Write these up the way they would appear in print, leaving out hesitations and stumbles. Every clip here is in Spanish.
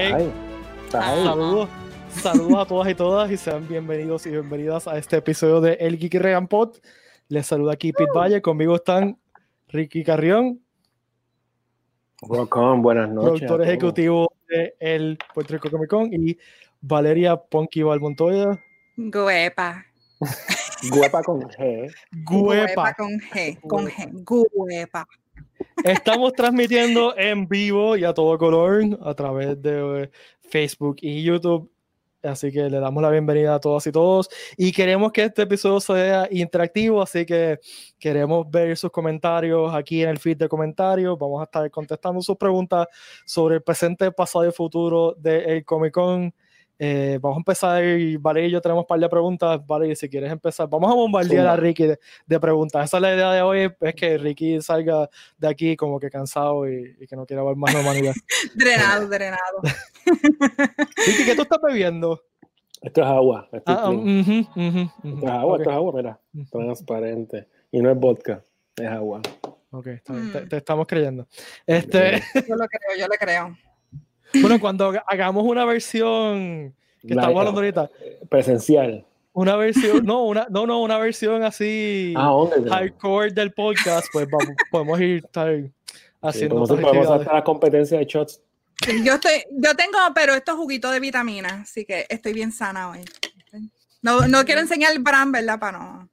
Ay, Saludos a todas y todas y sean bienvenidos y bienvenidas a este episodio de El Geek Regan Pod. Les saluda aquí Pete Valle, conmigo están Ricky Carrión, welcome, buenas noches. productor ejecutivo de el Puerto Rico Comic Con, y Valeria Ponky Montoya. Guepa. Guepa con G. Guepa con G. Guepa. Estamos transmitiendo en vivo y a todo color a través de Facebook y YouTube. Así que le damos la bienvenida a todas y todos. Y queremos que este episodio sea interactivo, así que queremos ver sus comentarios aquí en el feed de comentarios. Vamos a estar contestando sus preguntas sobre el presente, pasado y futuro del Comic Con. Vamos a empezar, Valeria y yo tenemos un par de preguntas. Valeria, si quieres empezar, vamos a bombardear a Ricky de preguntas. Esa es la idea de hoy, es que Ricky salga de aquí como que cansado y que no quiera ver más normalidad. Drenado. Ricky, ¿qué tú estás bebiendo? Esto es agua. Esto es agua, okay. Esto es agua, mira, transparente. Y no es vodka, es agua. Ok, está bien. Te estamos creyendo. Yo le creo. Bueno, cuando hagamos una versión que estamos hablando ahorita, presencial. Una versión, una versión así hardcore del podcast, pues podemos estar haciendo otras actividades. Podemos hacer la competencia de shots. Yo tengo, pero esto es juguito de vitamina, así que estoy bien sana hoy. No quiero enseñar el brand, ¿verdad? Para no.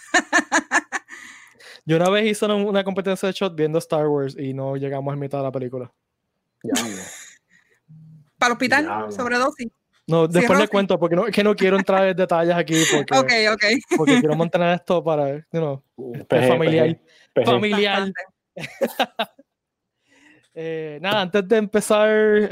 Yo una vez hice una competencia de shots viendo Star Wars y no llegamos a mitad de la película. Para el hospital, sobredosis. No, después le cuento porque no quiero entrar en detalles aquí porque, porque quiero mantener esto para, familiar. Familiar. Nada, antes de empezar,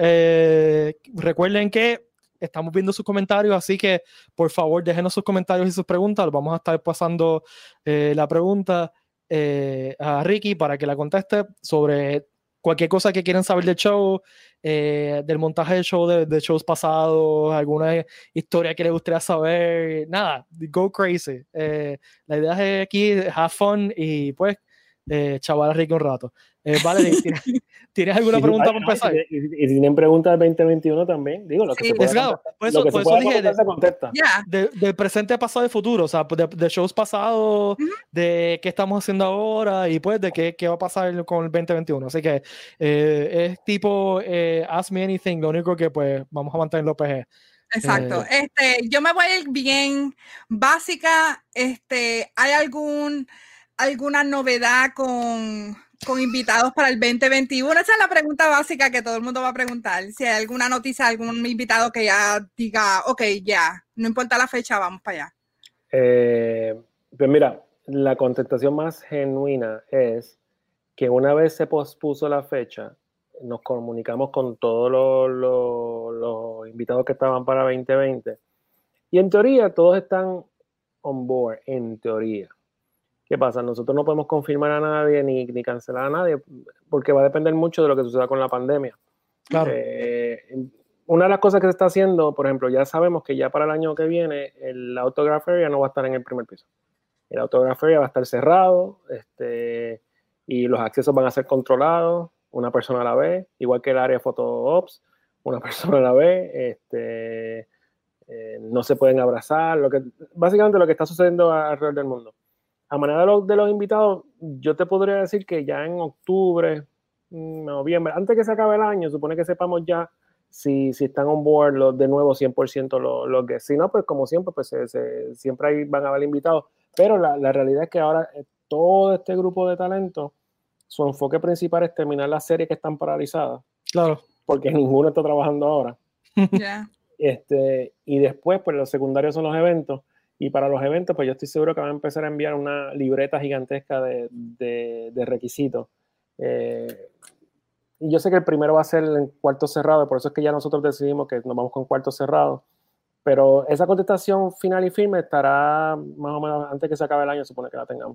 recuerden que estamos viendo sus comentarios, así que por favor déjenos sus comentarios y sus preguntas. Vamos a estar pasando la pregunta a Ricky para que la conteste sobre cualquier cosa que quieran saber del show, del montaje del show, de shows pasados, alguna historia que les gustaría saber. Nada, go crazy. La idea es aquí have fun y pues chaval a Ricky un rato. Vale, ¿tienes alguna pregunta para empezar? Y si tienen preguntas del 2021 también, digo, lo que se puede contestar. Por eso dije se contesta. De presente, pasado y futuro, o sea, de shows pasados, de qué estamos haciendo ahora y pues de qué va a pasar con el 2021. Así que es tipo Ask Me Anything, lo único que pues vamos a mantenerlo PG. Exacto. Yo me voy a ir bien básica. ¿Hay alguna novedad con invitados para el 2021? Esa es la pregunta básica que todo el mundo va a preguntar. Si hay alguna noticia, algún invitado que ya diga, ok, ya, no importa la fecha, vamos para allá. Pues mira, la contestación más genuina es que una vez se pospuso la fecha, nos comunicamos con todos los invitados que estaban para 2020 y en teoría todos están on board, en teoría. ¿Qué pasa? Nosotros no podemos confirmar a nadie ni cancelar a nadie porque va a depender mucho de lo que suceda con la pandemia. Claro. Una de las cosas que se está haciendo, por ejemplo, ya sabemos que ya para el año que viene el Autograph Area no va a estar en el primer piso. El Autograph Area va a estar cerrado y los accesos van a ser controlados, una persona a la vez, igual que el área de Photo Ops, una persona a la vez. No se pueden abrazar. Básicamente lo que está sucediendo alrededor del mundo. A manera de los invitados, yo te podría decir que ya en octubre, noviembre, antes que se acabe el año, supone que sepamos ya si están on board de nuevo 100% los guests. Si no, pues como siempre, pues siempre ahí van a haber invitados. Pero la realidad es que ahora todo este grupo de talentos, su enfoque principal es terminar las series que están paralizadas. Claro. Porque ninguno está trabajando ahora. Yeah. Y después, pues los secundarios son los eventos. Y para los eventos, pues yo estoy seguro que van a empezar a enviar una libreta gigantesca de requisitos. Y yo sé que el primero va a ser en cuarto cerrado, por eso es que ya nosotros decidimos que nos vamos con cuarto cerrado. Pero esa contestación final y firme estará más o menos antes que se acabe el año, supone que la tengamos.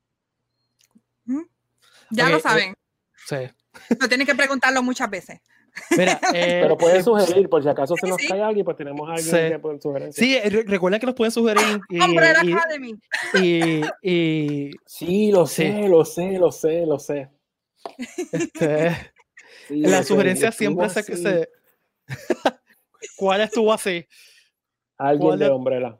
Ya lo saben. Sí. No tienen que preguntarlo muchas veces. Mira, pero pueden sugerir, por si acaso se nos cae alguien, pues tenemos a alguien que puede sugerir. Sí, recuerden que nos pueden sugerir. Umbrella Academy. Sí, lo sé. Sí, las sugerencias siempre se ¿Cuál estuvo así? Alguien ¿Cuál de es? Umbrella.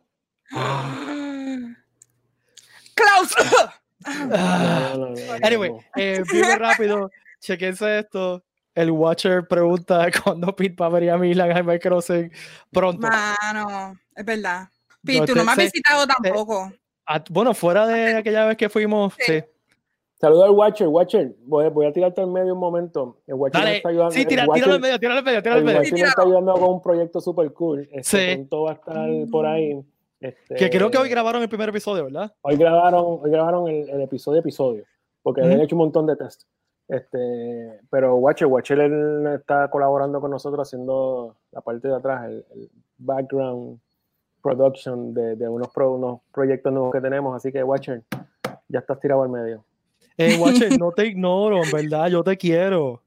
Klaus. No. Anyway, bien rápido, chequense esto. El Watcher pregunta cuándo Pete va a venir a Milan Animal Crossing pronto. Mano, es verdad. No, Pete, tú no me has visitado tampoco. Bueno, fuera de aquella vez que fuimos, sí. Saludos al Watcher. Watcher, voy a tirarte al medio un momento. El Watcher Dale, me está ayudando. sí, tíralo al medio, tíralo al medio. El Watcher me está ayudando con un proyecto super cool. Sí. Pronto va a estar por ahí. Que creo que hoy grabaron el primer episodio, ¿verdad? Hoy grabaron el episodio, porque habían hecho un montón de tests. Pero Watcher él está colaborando con nosotros haciendo la parte de atrás, el background production de unos proyectos nuevos que tenemos. Así que Watcher, ya estás tirado al medio. Watcher, no te ignoro, en verdad, yo te quiero.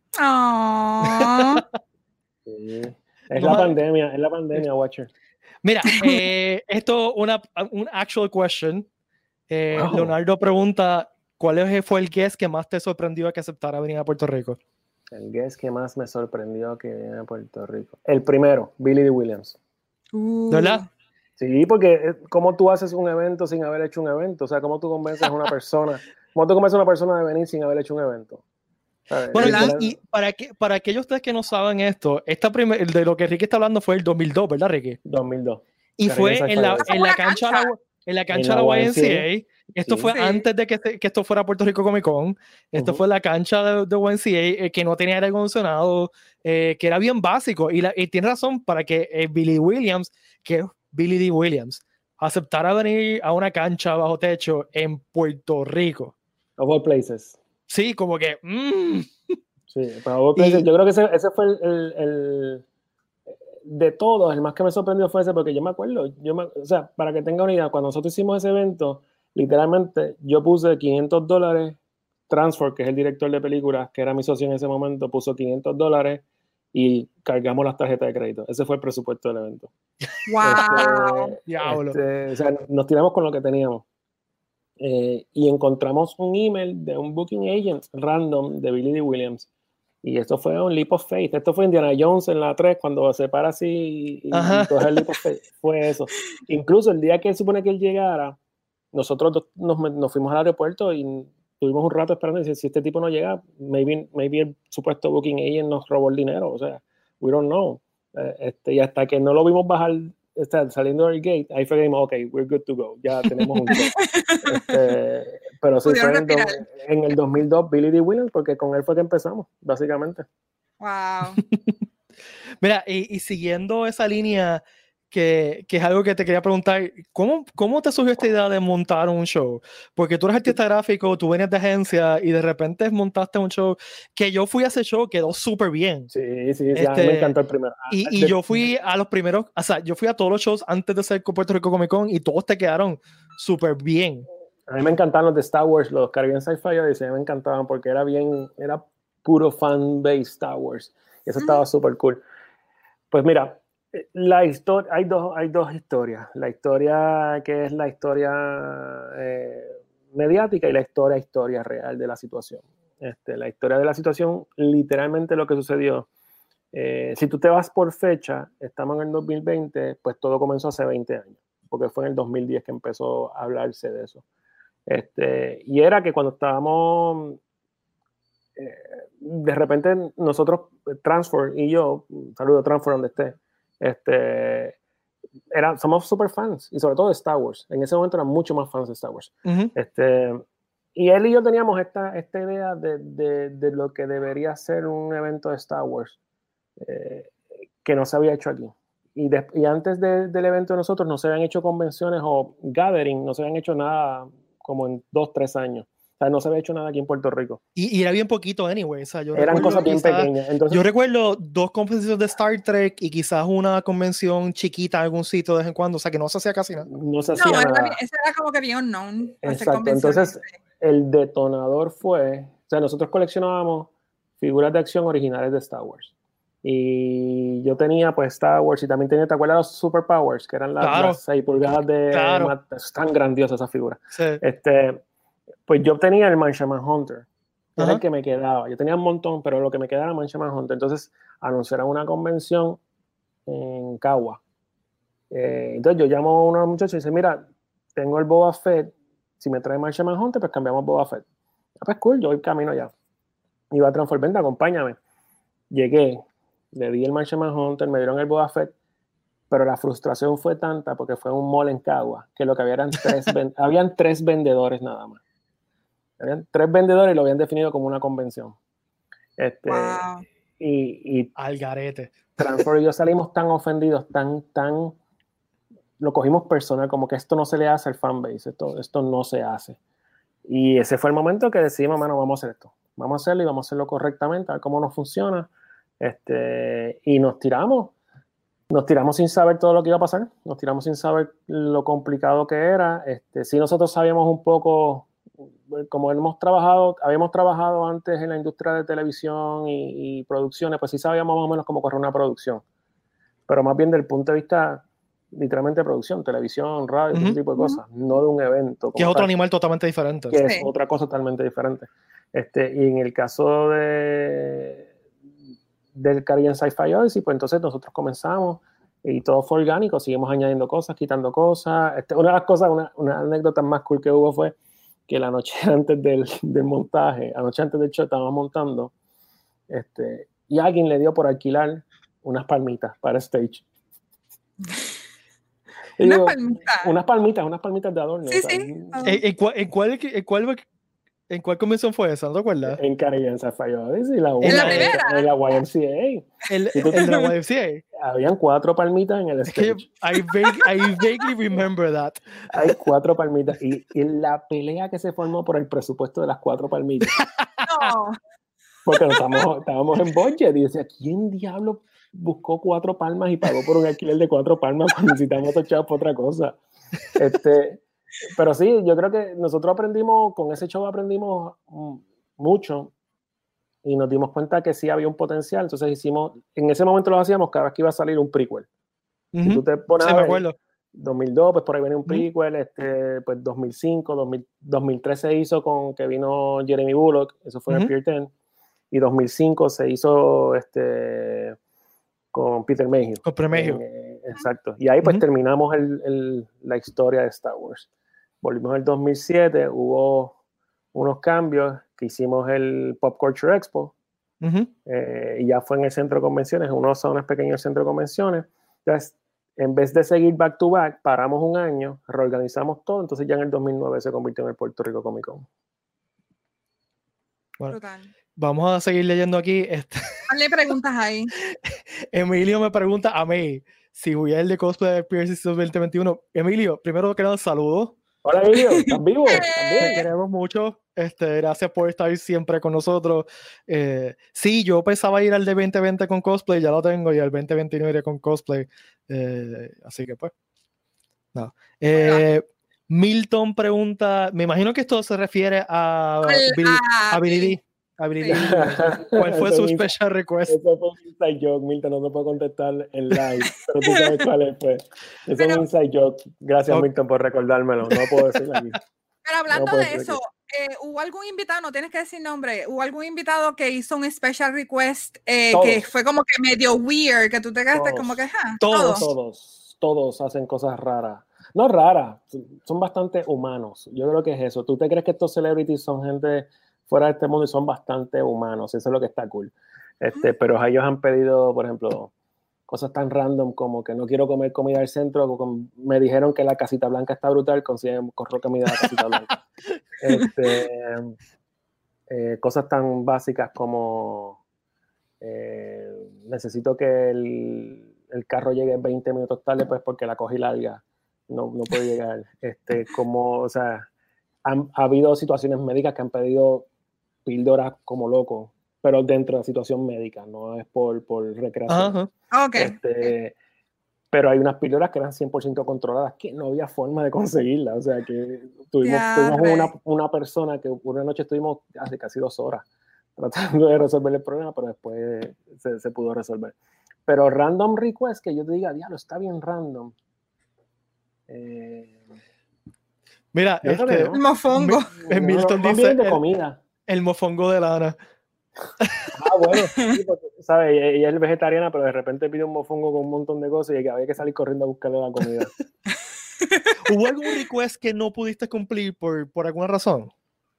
Sí. Es la pandemia, Watcher. Mira, esto un actual question. Wow. Leonardo pregunta, ¿cuál fue el guest que más te sorprendió que aceptara venir a Puerto Rico? El guest que más me sorprendió que viene a Puerto Rico. El primero, Billy Dee Williams. ¿Verdad? Sí, porque ¿cómo tú haces un evento sin haber hecho un evento? O sea, ¿cómo tú convences a una persona? ¿Cómo tú convences a una persona de venir sin haber hecho un evento? Bueno, y para aquellos de ustedes que no saben esto, de lo que Ricky está hablando fue el 2002, ¿verdad, Ricky? 2002. Y fue en la cancha de la YMCA. Esto fue antes de que esto fuera Puerto Rico Comic Con. Esto fue la cancha de YMCA, que no tenía aire acondicionado, que era bien básico. Y tiene razón para que Billy Williams, que es Billy Dee Williams, aceptara venir a una cancha bajo techo en Puerto Rico. Of all places. Sí, como que... Sí, pero yo creo que ese fue el de todos, el más que me sorprendió fue ese, porque yo me acuerdo, o sea, para que tenga una idea, cuando nosotros hicimos ese evento, literalmente yo puse $500, Transfer, que es el director de películas, que era mi socio en ese momento, puso $500 y cargamos las tarjetas de crédito. Ese fue el presupuesto del evento. ¡Wow! Diablo. O sea, nos tiramos con lo que teníamos. Y encontramos un email de un booking agent random de Billy Dee Williams. Y esto fue un leap of faith. Esto fue Indiana Jones en la 3, cuando se para así y todo el leap of faith. Fue eso. Incluso el día que él supone que él llegara, nosotros nos fuimos al aeropuerto y tuvimos un rato esperando. Y si este tipo no llega, maybe el supuesto booking agent nos robó el dinero. O sea, we don't know. Y hasta que no lo vimos bajar, saliendo del gate, ahí fue que dijimos, ok, we're good to go. Ya tenemos un show. Pero sí, fue en el 2002 Billy Dee Williams, porque con él fue que empezamos, básicamente. Wow. Mira, y siguiendo esa línea, que es algo que te quería preguntar, ¿cómo te surgió esta idea de montar un show? Porque tú eres artista gráfico, tú venías de agencia y de repente montaste un show, que yo fui a ese show, quedó súper bien. Sí, a mí me encantó el primero. Y yo fui a los primeros, o sea, yo fui a todos los shows antes de ser Puerto Rico Comic Con y todos te quedaron súper bien. A mí me encantaban los de Star Wars, los Caribbean Sci-Fi Odyssey, a mí me encantaban porque era puro fan-base Star Wars. Y eso estaba súper cool. Pues mira, la historia, hay dos historias. La historia que es la historia mediática y la historia real de la situación. La historia de la situación, literalmente lo que sucedió. Si tú te vas por fecha, estamos en el 2020, pues todo comenzó hace 20 años, porque fue en el 2010 que empezó a hablarse de eso. Y era que cuando estábamos, de repente nosotros, Transfer y yo, saludo a Transfer donde esté, somos super fans, y sobre todo de Star Wars. En ese momento eran mucho más fans de Star Wars. Y él y yo teníamos esta idea de lo que debería ser un evento de Star Wars, que no se había hecho aquí. Y antes del evento de nosotros no se habían hecho convenciones o gathering, no se habían hecho nada como en 2-3 años. O sea, no se había hecho nada aquí en Puerto Rico. Y era bien poquito, anyway. O sea, eran cosas bien pequeñas. Entonces, yo recuerdo 2 convenciones de Star Trek y quizás una convención chiquita en algún sitio de vez en cuando. O sea, que no se hacía casi nada. No se hacía nada. Eso era como que bien unknown. Exacto. Entonces, el detonador fue... O sea, nosotros coleccionábamos figuras de acción originales de Star Wars. Y yo tenía pues Star Wars y también tenía, ¿te acuerdas los Superpowers? Que eran las 6 pulgadas de... Claro. Tan grandiosas esas figuras. Sí. Pues yo tenía el Manchaman Hunter, que era el que me quedaba. Yo tenía un montón, pero lo que me quedaba era el Manchaman Hunter. Entonces, anunciaron una convención en Cagua. Entonces yo llamo a uno de los muchachos y dice, mira, tengo el Boba Fett, si me trae Martian Manhunter, pues cambiamos Boba Fett. Pues cool, yo voy camino ya. Iba a Transform, vente, acompáñame. Llegué, le di el Martian Manhunter, me dieron el Boba Fett, pero la frustración fue tanta porque fue un mall en Cagua, que lo que había eran habían 3 vendedores nada más. Habían 3 vendedores y lo habían definido como una convención. Wow. Y al garete. Transform y yo salimos tan ofendidos, tan lo cogimos personal, como que esto no se le hace al fanbase, esto no se hace. Y ese fue el momento que decidimos, mano, vamos a hacer esto. Vamos a hacerlo y vamos a hacerlo correctamente, a ver cómo nos funciona. Y nos tiramos sin saber todo lo que iba a pasar, nos tiramos sin saber lo complicado que era. Sí, nosotros sabíamos un poco, como habíamos trabajado antes en la industria de televisión y producciones, pues sí sabíamos más o menos cómo correr una producción, pero más bien del punto de vista literalmente de producción, televisión, radio, ese tipo de cosas, no de un evento. Que es otro animal totalmente diferente. Que es otra cosa totalmente diferente. Y en el caso del Caribbean Sci-Fi Odyssey, pues entonces nosotros comenzamos y todo fue orgánico, seguimos añadiendo cosas, quitando cosas. Una de las cosas, una anécdota más cool que hubo fue que la noche antes del montaje, la noche antes del show estábamos montando, y alguien le dio por alquilar unas palmitas para stage. Unas palmitas de adorno. Sí, o sea, sí. ¿En cuál convención fue esa? ¿No te acuerdas? En Caribbean Sci-Fi Odyssey, ¿En la primera? En la YMCA. ¿En la YMCA? Habían 4 palmitas en el stage. I vaguely remember that. Hay 4 palmitas. Y la pelea que se formó por el presupuesto de las 4 palmitas. No. Porque estábamos en budget y decía, ¿quién diablo buscó 4 palmas y pagó por un alquiler de 4 palmas cuando necesitamos esos chavos para otra cosa? Pero sí, yo creo que nosotros con ese show aprendimos mucho y nos dimos cuenta que sí había un potencial. Entonces en ese momento lo hacíamos cada vez que iba a salir un prequel. Si tú te pones sí, me acuerdo. 2002, pues por ahí venía un prequel, pues 2005, 2003 se hizo con que vino Jeremy Bullock, eso fue en el Pier 10, y 2005 se hizo con Peter Mayhew. Con Peter Mayhew. Exacto. Y ahí pues terminamos la historia de Star Wars. Volvimos en el 2007, hubo unos cambios, que hicimos el Pop Culture Expo, y ya fue en el centro de convenciones, unos zonas pequeños del centro de convenciones. Entonces, en vez de seguir back to back, paramos un año, reorganizamos todo, entonces ya en el 2009 se convirtió en el Puerto Rico Comic Con. Bueno, vamos a seguir leyendo aquí. Hazle preguntas ahí. Emilio me pregunta a mí si voy a ir de cosplay de PRC 2021. Emilio, primero que nada, saludos. Hola Emilio, ¿estás vivo? Te queremos mucho. Gracias por estar siempre con nosotros. Sí, yo pensaba ir al de 2020 con cosplay, ya lo tengo, y al 2021 iré con cosplay. Así que pues. No. Milton pregunta, me imagino que esto se refiere a Billy D. ¿Cuál fue su special request? Eso fue un inside joke, Milton, no te puedo contestar en live, pero tú sabes cuál es, pues. Eso es un inside joke. Gracias, Milton, por recordármelo. No lo puedo decir aquí. Pero hablando de eso, ¿hubo algún invitado, no tienes que decir nombre, hubo algún invitado que hizo un special request que fue como que medio weird, que tú te quedaste como que, Todos hacen cosas raras. No raras, son bastante humanos. Yo creo que es eso. ¿Tú te crees que estos celebrities son gente fuera de este mundo y son bastante humanos? Eso es lo que está cool. Pero ellos han pedido, por ejemplo, cosas tan random como que no quiero comer comida del centro, me dijeron que la Casita Blanca está brutal, corro comida de la Casita Blanca. Cosas tan básicas como necesito que el carro llegue 20 minutos tarde, pues porque la cogí larga, no puede llegar. O sea, ha habido situaciones médicas que han pedido píldoras como locos, pero dentro de la situación médica, no es por recreación. Okay. Pero hay unas píldoras que eran 100% controladas, que no había forma de conseguirlas. O sea, que tuvimos una persona que una noche estuvimos hace casi 2 horas tratando de resolver el problema, pero después se pudo resolver. Pero random request, que yo te diga, diablo, está bien random. Mira, el mofongo. Milton dice de comida. El mofongo de Lana. Bueno, sí, porque, ¿sabes? Ella es vegetariana, pero de repente pide un mofongo con un montón de cosas y que había que salir corriendo a buscarle la comida. ¿Hubo algún request que no pudiste cumplir por alguna razón?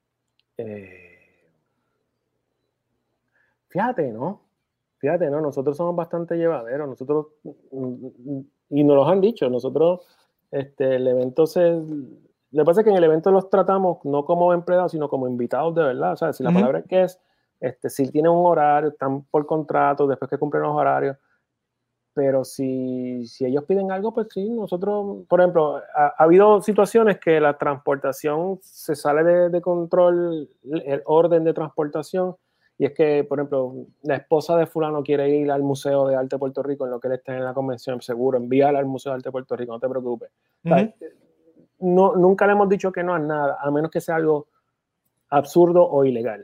Fíjate, ¿no? Nosotros somos bastante llevaderos, nosotros, y nos los han dicho, nosotros, el evento lo que pasa es que en el evento los tratamos no como empleados, sino como invitados de verdad, o sea, si la palabra es que es, si tienen un horario, están por contrato, después que cumplen los horarios, pero si ellos piden algo, pues sí, nosotros, por ejemplo, ha habido situaciones que la transportación se sale de control, el orden de transportación, y es que, por ejemplo, la esposa de fulano quiere ir al Museo de Arte de Puerto Rico en lo que él está en la convención, seguro, envíala al Museo de Arte de Puerto Rico, no te preocupes. O sea, nunca le hemos dicho que no a nada, a menos que sea algo absurdo o ilegal.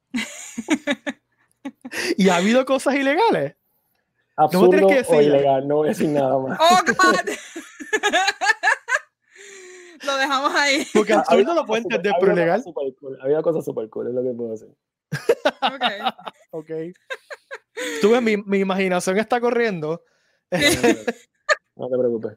¿Y ha habido cosas ilegales? Absurdo o ilegal, no voy a decir nada más. ¡Oh, God! Lo dejamos ahí. Porque absurdo lo puedo entender, pero ilegal. Había cosas super cool, es lo que puedo hacer. Ok. Tú ves, mi imaginación está corriendo. No te preocupes.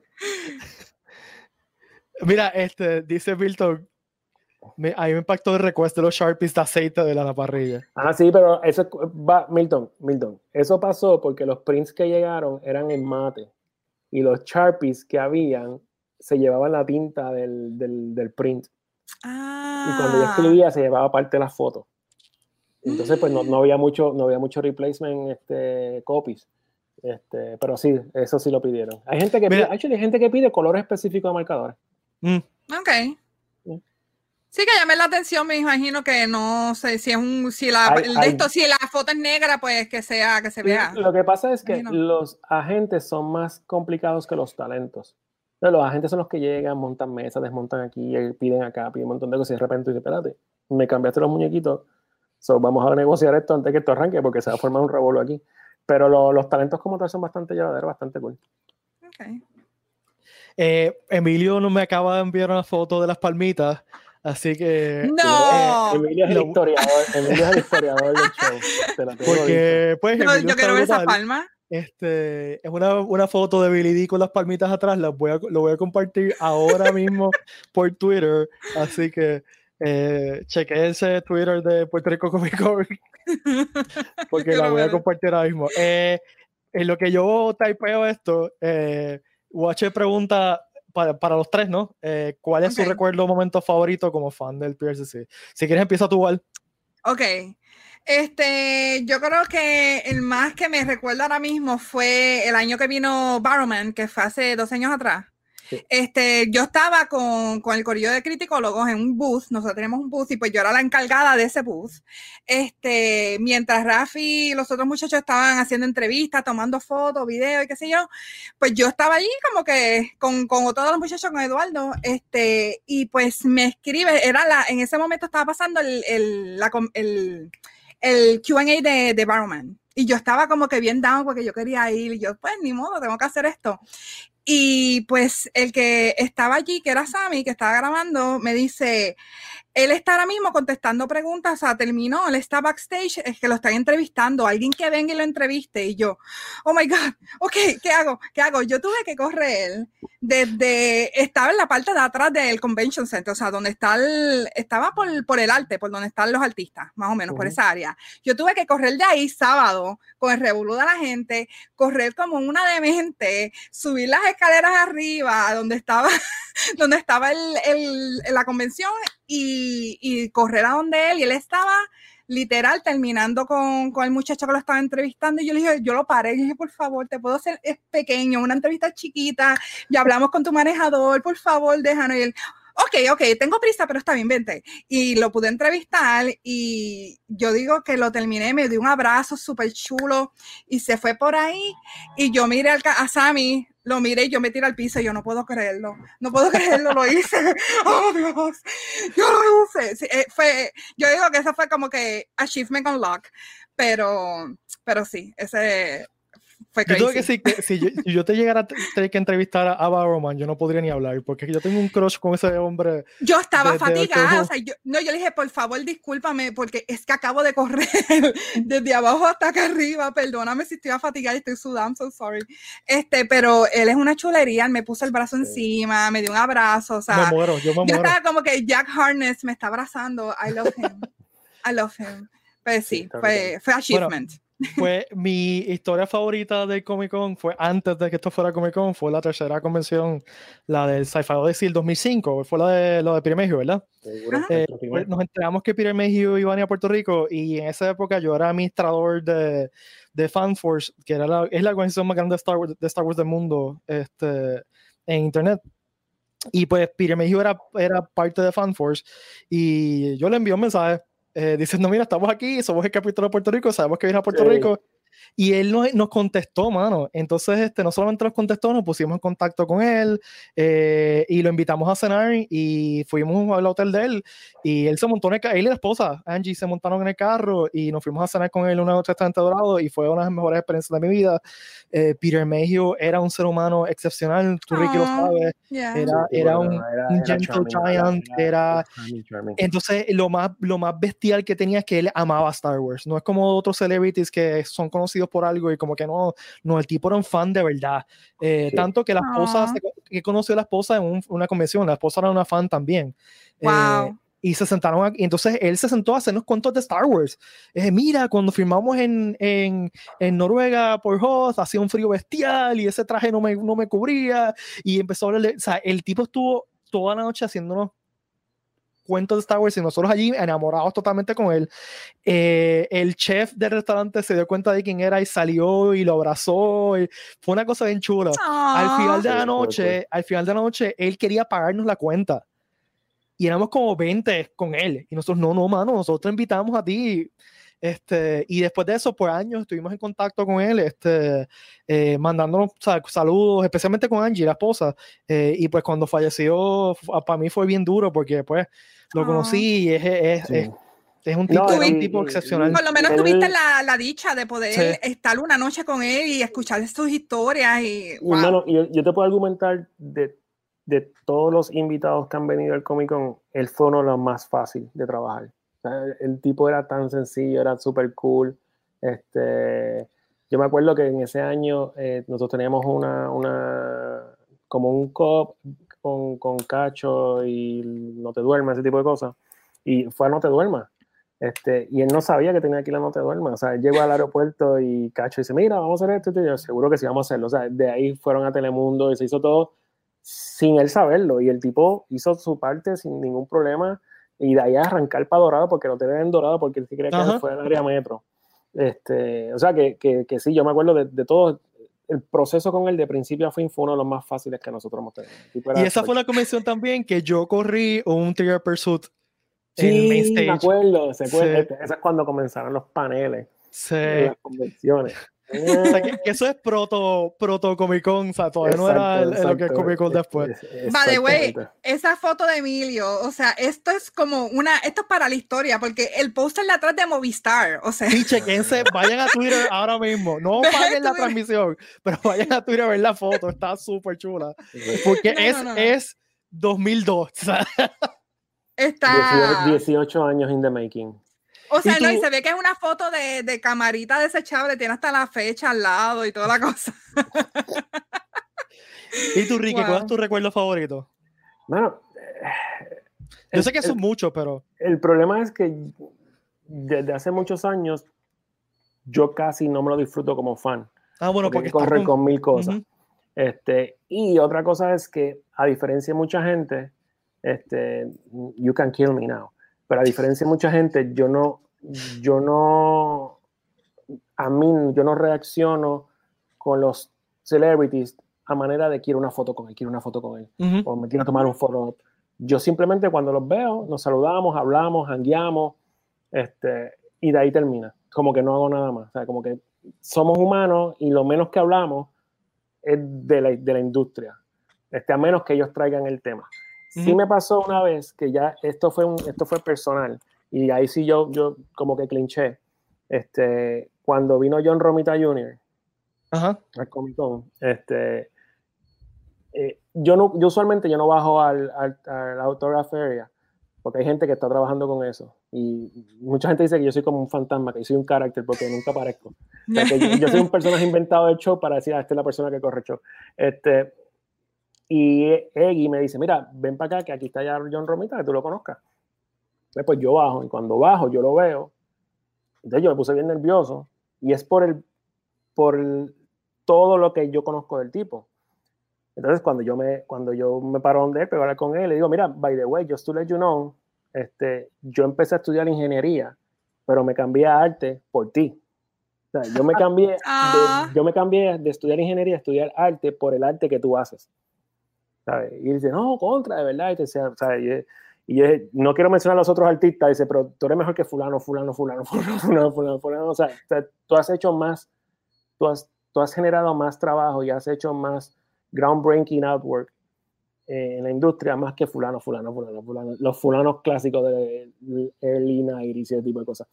Mira, dice Milton, a mí me impactó el request de los Sharpies de aceite de la parrilla. Sí, pero eso va, Milton, eso pasó porque los prints que llegaron eran en mate y los Sharpies que habían se llevaban la tinta del print. Y cuando yo escribía se llevaba parte de las fotos. Entonces, pues no había mucho replacement copies. Pero sí, eso sí lo pidieron. Hay gente que pide colores específicos de marcadores. Ok. Sí, que llame la atención, me imagino que no sé si la foto es negra, pues que se vea. Lo que pasa es que los agentes son más complicados que los talentos. Los agentes son los que llegan, montan mesas, desmontan aquí, piden acá, piden un montón de cosas y de repente dice, espérate, me cambiaste los muñequitos, vamos a negociar esto antes que esto arranque porque se va a formar un revuelo aquí. Pero los talentos como tal son bastante llevaderos, bastante cool. Okay. Emilio no me acaba de enviar una foto de las palmitas, así que... ¡No! Emilio es el historiador del show. Porque, pues, yo quiero ver esa palma. Es una foto de Billy D con las palmitas atrás, lo voy a compartir ahora mismo por Twitter, así que chequeen ese Twitter de Puerto Rico Comic Con porque la voy a compartir ahora mismo. En lo que yo typeo esto, Watcher pregunta para los tres, ¿no? ¿Cuál es su recuerdo o momento favorito como fan del PRCC? Si quieres empieza tú, Val. Ok. Yo creo que el más que me recuerdo ahora mismo fue el año que vino Barrowman, que fue hace 2 años atrás. Sí. Yo estaba con el corillo de criticólogos en un booth, nosotros tenemos un booth y pues yo era la encargada de ese booth. Mientras Rafi y los otros muchachos estaban haciendo entrevistas, tomando fotos, videos y qué sé yo, pues yo estaba allí como que con todos los muchachos, con Eduardo, y pues me escribe, en ese momento estaba pasando el Q&A de Barrowman. Y yo estaba como que bien down porque yo quería ir y yo, pues ni modo, tengo que hacer esto. Y pues el que estaba allí, que era Sammy, que estaba grabando, me dice, él está ahora mismo contestando preguntas, o sea, terminó, él está backstage, es que lo están entrevistando, alguien que venga y lo entreviste. Y yo, oh my God, ok, ¿qué hago? Yo tuve que correr estaba en la parte de atrás del Convention Center, o sea, donde estaba por el arte, por donde están los artistas, más o menos, por esa área. Yo tuve que correr de ahí sábado, con el revolú de la gente, correr como una demente, subir las escaleras arriba, donde estaba la convención y correr a donde él, y él estaba literal terminando con el muchacho que lo estaba entrevistando, y yo le dije, yo lo paré, y dije, por favor, te puedo hacer, es pequeño, una entrevista chiquita, ya hablamos con tu manejador, por favor, déjanos. Y él, ok, tengo prisa, pero está bien, vente. Y lo pude entrevistar y yo digo que lo terminé, me dio un abrazo súper chulo y se fue por ahí, y yo miré a Sammy, lo miré y yo me tiré al piso y yo no puedo creerlo, lo hice. Oh Dios, yo lo hice. Sí, yo digo que eso fue como que achievement unlocked, pero sí, ese Fue Yo crazy. tengo que decir que si yo te llegara a tener que entrevistar a Barrowman, yo no podría ni hablar, porque yo tengo un crush con ese hombre. Yo estaba de fatigada, Doctor Who. o sea, yo le dije, por favor, discúlpame, porque es que acabo de correr desde abajo hasta acá arriba, perdóname si estoy fatigada y estoy sudando, I'm so sorry. Pero él es una chulería, él me puso el brazo encima, me dio un abrazo, o sea, yo me muero. estaba como que Jack Harkness me está abrazando, I love him. Pues sí, fue achievement. Pues mi historia favorita del Comic Con fue antes de que esto fuera Comic Con, fue la tercera convención, la del Sci-Fi Odyssey 2005, fue lo de Peter Mayhew, ¿verdad? Pues nos enteramos que Peter Mayhew iba a venir a Puerto Rico y en esa época yo era administrador de FanForce, que es la organización más grande de Star Wars del mundo en internet. Y pues Peter Mayhew era parte de FanForce y yo le envié un mensaje diciendo, mira, estamos aquí, somos el capítulo de Puerto Rico, sabemos que viene a Puerto Rico. Y él nos contestó, mano. Entonces, no solamente nos contestó, nos pusimos en contacto con él y lo invitamos a cenar y fuimos al hotel de él y él se montó él y la esposa, Angie, se montaron en el carro y nos fuimos a cenar con él en un restaurante dorado y fue una de las mejores experiencias de mi vida. Peter Mayhew era un ser humano excepcional, tú, Ricky, lo sabes. Era un gentle giant, entonces lo más bestial que tenía es que él amaba Star Wars. No es como otros celebrities que son conocidos por algo y como que no, el tipo era un fan de verdad. Tanto que la esposa, que conoció a la esposa en una convención, la esposa era una fan también. Wow. Y se sentaron aquí, entonces él se sentó a hacernos cuentos de Star Wars. Mira, cuando filmamos en Noruega por Hoth, hacía un frío bestial y ese traje no me cubría. Y empezó a hablarle, o sea, el tipo estuvo toda la noche haciéndonos cuentos de Star Wars y nosotros allí enamorados totalmente con él. El chef del restaurante se dio cuenta de quién era y salió y lo abrazó y fue una cosa bien chula. Al final de la noche él quería pagarnos la cuenta y éramos como 20 con él y nosotros no, mano, nosotros te invitamos a ti. Y después de eso, por años estuvimos en contacto con él, mandándonos saludos, especialmente con Angie, la esposa. Y pues cuando falleció, para mí fue bien duro porque pues lo conocí y es un tipo excepcional. Por lo menos tuviste la dicha de poder estar una noche con él y escuchar sus historias. Y wow. Bueno, yo te puedo argumentar de todos los invitados que han venido al Comic Con, él fue uno de los más fáciles de trabajar. El tipo era tan sencillo, era súper cool. Yo me acuerdo que en ese año nosotros teníamos como un co-op con Cacho y No Te Duermas, ese tipo de cosas. Y fue a No Te Duermas. Y él no sabía que tenía que ir a No Te Duermas. O sea, él llegó al aeropuerto y Cacho dice, mira, vamos a hacer esto. Y yo, seguro que sí, vamos a hacerlo. O sea, de ahí fueron a Telemundo y se hizo todo sin él saberlo. Y el tipo hizo su parte sin ningún problema. Y de ahí a arrancar para Dorado, porque no te ven en Dorado, porque él sí creía que fue el área metro. O sea, que sí, yo me acuerdo de todo. El proceso con él de principio a fin fue uno de los más fáciles que nosotros hemos tenido. Y esa fue la convención también que yo corrí un Trivial Pursuit en Main Stage. Me acuerdo. Esa es cuando comenzaron los paneles en las convenciones. O sea, que eso es proto Comic Con, o sea, todavía no era lo que es Comic Con después. By the way, esa foto de Emilio, o sea, esto es para la historia, porque el póster de atrás de Movistar, o sea. Sí, chequense, vayan a Twitter ahora mismo, no paguen la transmisión, pero vayan a Twitter a ver la foto, está súper chula, porque es 2002, o sea. Está 18 años in the making. O sea, y se ve que es una foto de camarita desechable, tiene hasta la fecha al lado y toda la cosa. ¿Y tú, Ricky, cuál es tu recuerdo favorito? Bueno, yo sé que son muchos, pero... El problema es que desde hace muchos años yo casi no me lo disfruto como fan. Bueno, porque corre con mil cosas. Y otra cosa es que, a diferencia de mucha gente, you can kill me now. Pero a diferencia de mucha gente, yo no reacciono con los celebrities a manera de quiero una foto con él, o me quiero tomar un photo. Yo simplemente cuando los veo, nos saludamos, hablamos, jangueamos, y de ahí termina. Como que no hago nada más. O sea, como que somos humanos y lo menos que hablamos es de la industria. A menos que ellos traigan el tema. Sí me pasó una vez que ya esto fue personal y ahí sí yo como que clinché. Cuando vino John Romita Jr., Ajá. al Comic Con. Yo usualmente yo no bajo al Autograph Area, porque hay gente que está trabajando con eso. Y mucha gente dice que yo soy como un fantasma, que yo soy un carácter, porque nunca aparezco. O sea, que yo soy un personaje inventado del show para decir, esta es la persona que corre el show. Y Eggy me dice, mira, ven para acá, que aquí está ya John Romita, que tú lo conozcas. Pues yo bajo, y cuando bajo yo lo veo. Entonces yo me puse bien nervioso, y es por todo lo que yo conozco del tipo. Entonces cuando yo me paro donde él, hablar con él, le digo, mira, by the way, just to let you know, yo empecé a estudiar ingeniería, pero me cambié a arte por ti. O sea, yo me cambié de estudiar ingeniería a estudiar arte por el arte que tú haces. ¿Sabes? Y él dice, no, contra, de verdad. Y, yo no quiero mencionar a los otros artistas, dice, pero tú eres mejor que fulano. O sea, tú has hecho más, tú has generado más trabajo y has hecho más groundbreaking artwork en la industria más que fulano. Los fulanos clásicos de early 90s y ese tipo de cosas.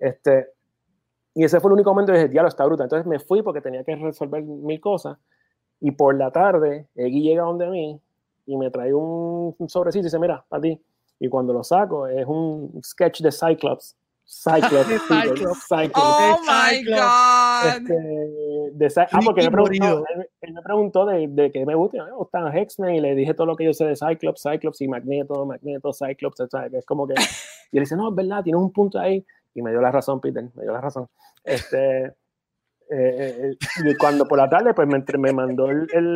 Y ese fue el único momento que dije, diablo, está brutal. Entonces me fui porque tenía que resolver 1000 cosas. Y por la tarde, Eggy llega donde mí y me trae un sobrecito y dice, mira, para ti. Y cuando lo saco, es un sketch de Cyclops. Cyclops. Oh my God. Porque él me preguntó de qué me gusta. Me gustan X-Men y le dije todo lo que yo sé de Cyclops y Magneto, Cyclops. Es como que. Y él dice, no, es verdad, tienes un punto ahí. Y me dio la razón, Peter, me dio la razón. Y cuando por la tarde, pues me mandó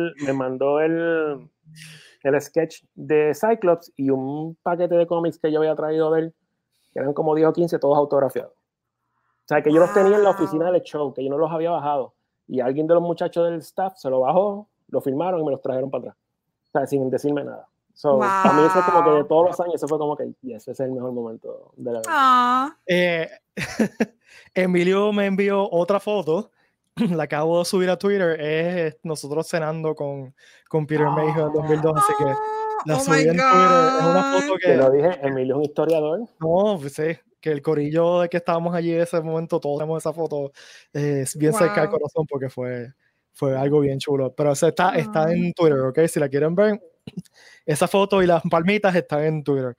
el sketch de Cyclops y un paquete de cómics que yo había traído de él, que eran como 10 o 15, todos autografiados. O sea, que yo los tenía en la oficina del show, que yo no los había bajado. Y alguien de los muchachos del staff se lo bajó, lo firmaron y me los trajeron para atrás. O sea, sin decirme nada. Para mí eso es como que de todos los años, eso fue como que, yes, ese es el mejor momento de la vida. Emilio me envió otra foto, la acabo de subir a Twitter, es nosotros cenando con Peter Mayhew en 2002, así que la subí en Twitter, es una foto que... Te lo dije, Emilio es un historiador. No, pues sí, que el corillo de que estábamos allí en ese momento, todos tenemos esa foto bien cerca del corazón porque fue algo bien chulo, pero está en Twitter, ¿ok? Si la quieren ver, esa foto y las palmitas están en Twitter.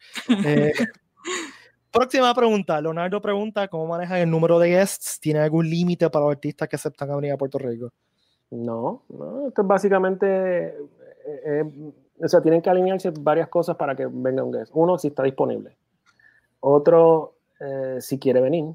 Próxima pregunta. Leonardo pregunta, ¿cómo manejan el número de guests? ¿Tiene algún límite para los artistas que aceptan venir a Puerto Rico? No, esto es básicamente, o sea, tienen que alinearse varias cosas para que venga un guest. Uno, si está disponible. Otro, si quiere venir.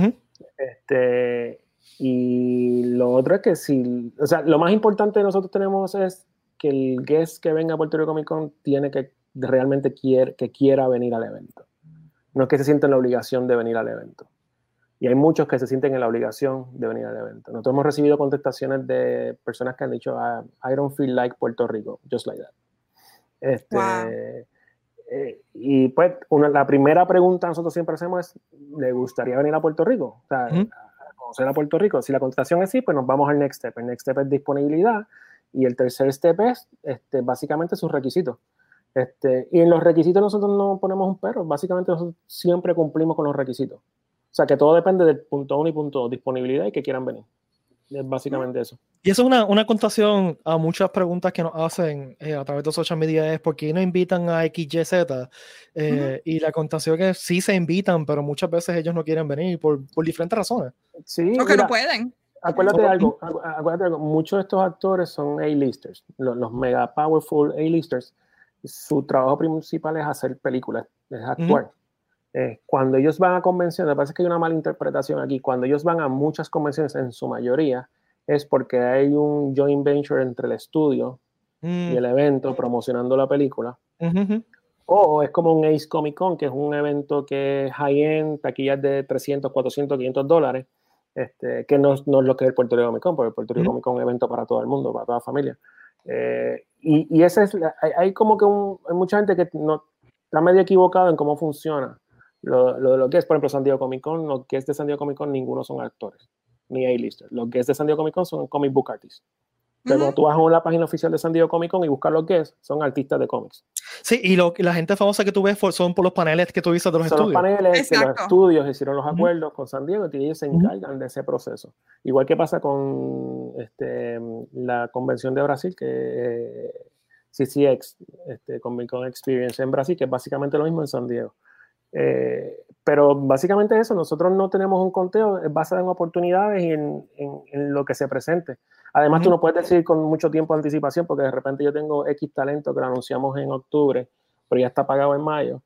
Y lo otro es que o sea, lo más importante que nosotros tenemos es que el guest que venga a Puerto Rico Comic Con tiene que realmente quiera venir al evento. No es que se sienta en la obligación de venir al evento. Y hay muchos que se sienten en la obligación de venir al evento. Nosotros hemos recibido contestaciones de personas que han dicho, I don't feel like Puerto Rico, just like that. Y pues la primera pregunta que nosotros siempre hacemos es, ¿le gustaría venir a Puerto Rico? O sea, a conocer a Puerto Rico. Si la contestación es sí, pues nos vamos al next step. El next step es disponibilidad y el tercer step es básicamente sus requisitos. Y en los requisitos nosotros no ponemos un pero, básicamente nosotros siempre cumplimos con los requisitos. O sea, que todo depende del punto 1 y punto 2, disponibilidad y que quieran venir. Es básicamente eso. Y eso es una contestación a muchas preguntas que nos hacen a través de social media, es ¿por qué no invitan a XYZ? Y la contestación es sí se invitan, pero muchas veces ellos no quieren venir por diferentes razones. Sí, o que no pueden. Acuérdate de algo, muchos de estos actores son A-listers, los mega powerful A-listers. Su trabajo principal es hacer películas, es actuar. Cuando ellos van a convenciones, me parece que hay una mala interpretación aquí, cuando ellos van a muchas convenciones, en su mayoría, es porque hay un joint venture entre el estudio y el evento promocionando la película. O es como un Ace Comic Con, que es un evento que es high-end, taquillas de 300, 400, 500 dólares, que no es lo que es el Puerto Rico Comic Con, porque el Puerto Rico Comic Con es un evento para todo el mundo, para toda la familia. Y ese es, hay como que hay mucha gente que no está medio equivocado en cómo funciona lo que es, por ejemplo, San Diego Comic Con. Los guests de San Diego Comic Con, ninguno son actores, ni A-listers. Los guests de San Diego Comic Con son comic book artists. Pero tú vas a la página oficial de San Diego Comic Con y buscas los guests, son artistas de cómics. Sí, y la gente famosa que tú ves son por los paneles que tú viste de los estudios. Son los paneles Exacto. que los estudios hicieron los acuerdos con San Diego y ellos se encargan de ese proceso. Igual que pasa con la convención de Brasil, que CCX, Comic Con Experience en Brasil, que es básicamente lo mismo en San Diego. Pero básicamente eso, nosotros no tenemos un conteo, es basado en oportunidades y en lo que se presente. Además, tú no puedes decir con mucho tiempo de anticipación, porque de repente yo tengo X talento que lo anunciamos en octubre, pero ya está pagado en mayo.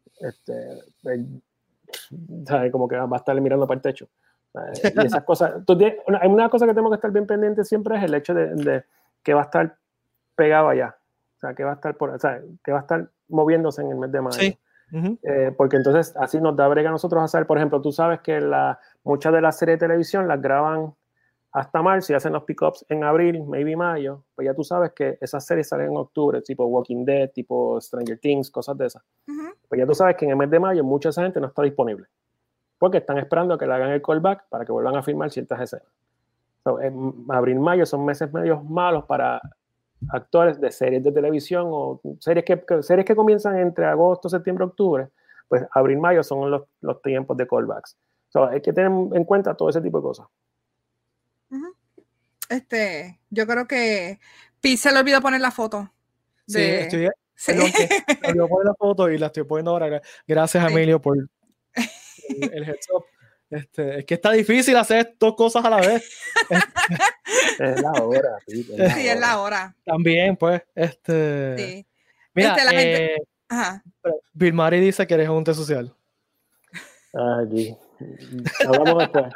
¿Sabes? Como que va a estar mirando para el techo. Y esas cosas. Hay una cosa que tenemos que estar bien pendiente siempre, es el hecho de que va a estar pegado allá. O sea, que va a estar que va a estar moviéndose en el mes de mayo. Sí. Porque entonces así nos da brega a nosotros hacer, por ejemplo, tú sabes que muchas de las series de televisión las graban hasta marzo y hacen los pickups en abril, maybe mayo, pues ya tú sabes que esas series salen en octubre, tipo Walking Dead, tipo Stranger Things, cosas de esas. Pues ya tú sabes que en el mes de mayo mucha esa gente no está disponible, porque están esperando a que le hagan el callback para que vuelvan a filmar ciertas escenas. Abril, mayo son meses medios malos para actores de series de televisión o series que comienzan entre agosto, septiembre, octubre. Pues abril, mayo son los tiempos de callbacks. Hay que tener en cuenta todo ese tipo de cosas. Yo creo que Pi se le olvidó poner la foto. Sí, me olvidó poner la foto y la estoy poniendo ahora. Gracias, Emilio, por el heads up. Es que está difícil hacer dos cosas a la vez. Es la hora. Sí, es la hora. También, pues, sí. Mira, la gente... Bill Murray dice que eres un té social. Aquí. Hablamos después.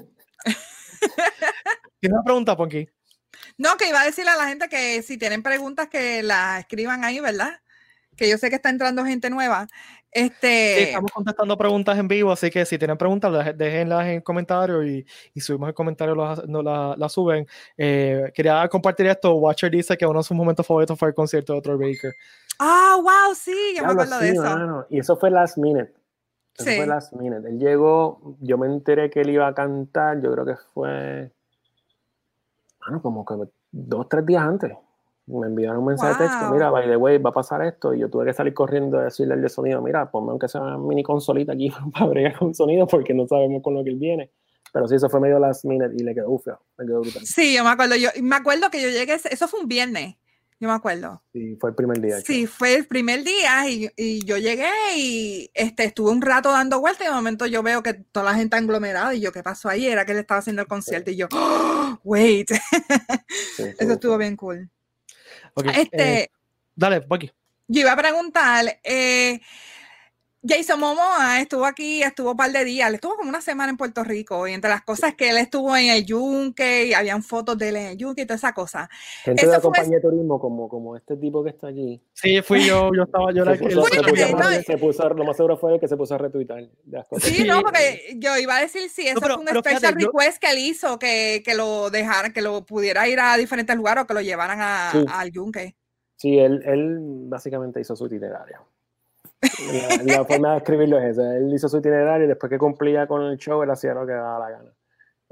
¿Tienes una pregunta, Ponky? No, que iba a decirle a la gente que si tienen preguntas que las escriban ahí, ¿verdad? Que yo sé que está entrando gente nueva. Sí, estamos contestando preguntas en vivo, así que si tienen preguntas, déjenlas en comentarios y subimos el comentario, la suben. Quería compartir esto. Watcher dice que uno de sus momentos favoritos fue el concierto de Troy Baker. Wow, sí, yo me acuerdo de eso. Mano. Y eso fue last minute. Fue last minute. Él llegó, yo me enteré que él iba a cantar, yo creo que fue, como que 2 o 3 días antes. Me enviaron un mensaje de texto, mira, by the way, va a pasar esto, y yo tuve que salir corriendo a decirle al de sonido, mira, ponme aunque sea una mini consolita aquí para bregar con sonido, porque no sabemos con lo que él viene. Pero sí, eso fue medio last minute y le quedó brutal. Sí, yo me acuerdo que yo llegué, eso fue un viernes, yo me acuerdo. Sí, fue el primer día. Sí, fue el primer día y yo llegué y estuve un rato dando vueltas y de momento yo veo que toda la gente aglomerada y yo, ¿qué pasó ahí? Era que él estaba haciendo el concierto y yo, wait. Sí, eso estuvo bien cool. Okay. Dale, Bucky. Yo iba a preguntar, Jason Momoa estuvo un par de días, estuvo como una semana en Puerto Rico y entre las cosas que él estuvo en el Yunque y habían fotos de él en el Yunque y toda esa cosa. Gente de la compañía de turismo como este tipo que está allí. Sí, fui yo estaba yo. Lo más seguro fue el que se puso a retuitar las cosas. Sí, no, porque yo iba a decir si eso fue un special request que él hizo, que lo dejaran, que lo pudiera ir a diferentes lugares o que lo llevaran al Yunque. Sí, él básicamente hizo su itinerario. La forma de escribirlo es esa. Él hizo su itinerario y después que cumplía con el show, él hacía lo que daba la gana.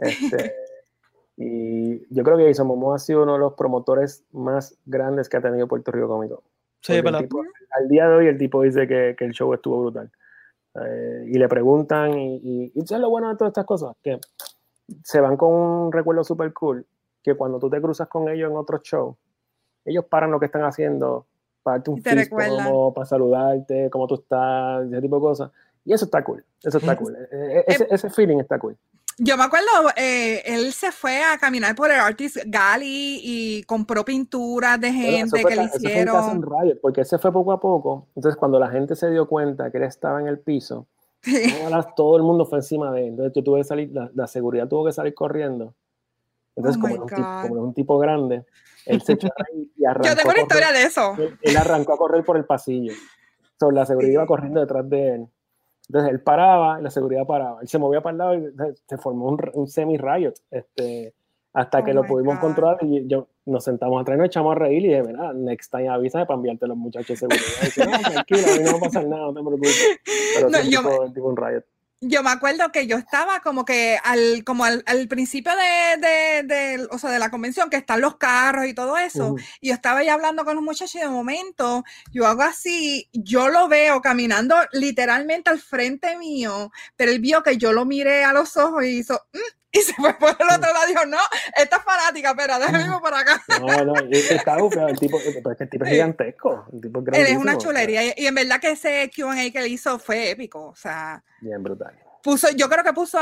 Y yo creo que Jason Momoa ha sido uno de los promotores más grandes que ha tenido Puerto Rico Cómico. Sí, ¿verdad? Al día de hoy el tipo dice que el show estuvo brutal. Y le preguntan, y eso es lo bueno de todas estas cosas, que se van con un recuerdo súper cool, que cuando tú te cruzas con ellos en otro show, ellos paran lo que están haciendo para darte un fist como para saludarte, cómo tú estás, ese tipo de cosas. Y eso está cool. Ese feeling está cool. Yo me acuerdo, él se fue a caminar por el Artist Galley y compró pinturas de gente que le hicieron. Eso fue en Riot, porque él se fue poco a poco. Entonces, cuando la gente se dio cuenta que él estaba en el piso, todo el mundo fue encima de él. Entonces, yo tuve que salir, la seguridad tuvo que salir corriendo. Entonces, como es un tipo grande, él se echó a reír y arrancó. Yo tengo una historia de eso. Él arrancó a correr por el pasillo. La seguridad iba corriendo detrás de él. Entonces él paraba y la seguridad paraba. Él se movía para el lado y se formó un semi-riot. Hasta que lo pudimos controlar y nos sentamos atrás y nos echamos a reír y dije, mira, next time avísame para enviarte a los muchachos de seguridad. Y dije, no, tranquilo, a mí no va a pasar nada, no te preocupes. Pero tipo un riot. Yo me acuerdo que yo estaba como que al principio o sea, de la convención, que están los carros y todo eso, y yo estaba ya hablando con los muchachos y de momento yo hago así, yo lo veo caminando literalmente al frente mío, pero él vio que yo lo miré a los ojos y hizo... y se fue por el otro lado y dijo, no, esta es fanática, pero déjame irme por acá. No, está bufeado, el tipo es gigantesco, el tipo es Él es grandísimo. una chulería, y en verdad que ese Q&A que él hizo fue épico, o sea... Bien brutal. Yo creo que puso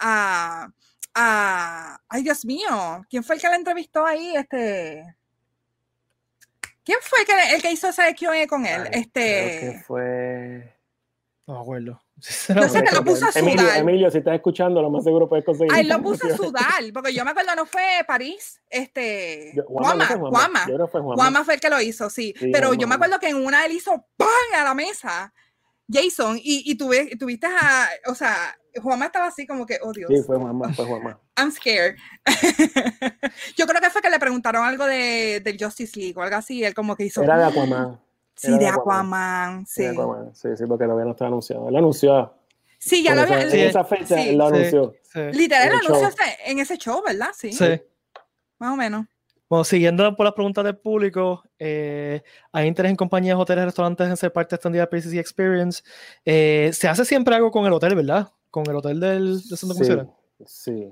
ay, Dios mío, ¿quién fue el que la entrevistó ahí? ¿Quién fue el que hizo ese Q&A con él? Creo que fue... No me acuerdo. No sé, que lo puso a sudar. Emilio, si estás escuchando, lo más seguro puedes conseguir. Ay, lo puso a sudar, porque yo me acuerdo, no fue París, Juanma fue el que lo hizo, sí. Pero yo me acuerdo que en una él hizo ¡pam! A la mesa, Jason, y tuviste o sea, Juanma estaba así como que, oh Dios. Sí, fue Juanma. I'm scared. Yo creo que fue que le preguntaron algo del Justice League o algo así, él como que hizo... Era de Aquaman. Sí, de Aquaman, sí. De Aquaman, sí, porque todavía no está anunciado. Él anunció. Sí, ya lo había... En esa fecha él lo anunció. Sí. Literal, lo anunció en ese show, ¿verdad? Sí. Más o menos. Bueno, siguiendo por las preguntas del público, ¿hay interés en compañías, hoteles, restaurantes en ser parte extendida de PCC Experience? Se hace siempre algo con el hotel, ¿verdad? Con el hotel del centro comercial. Sí.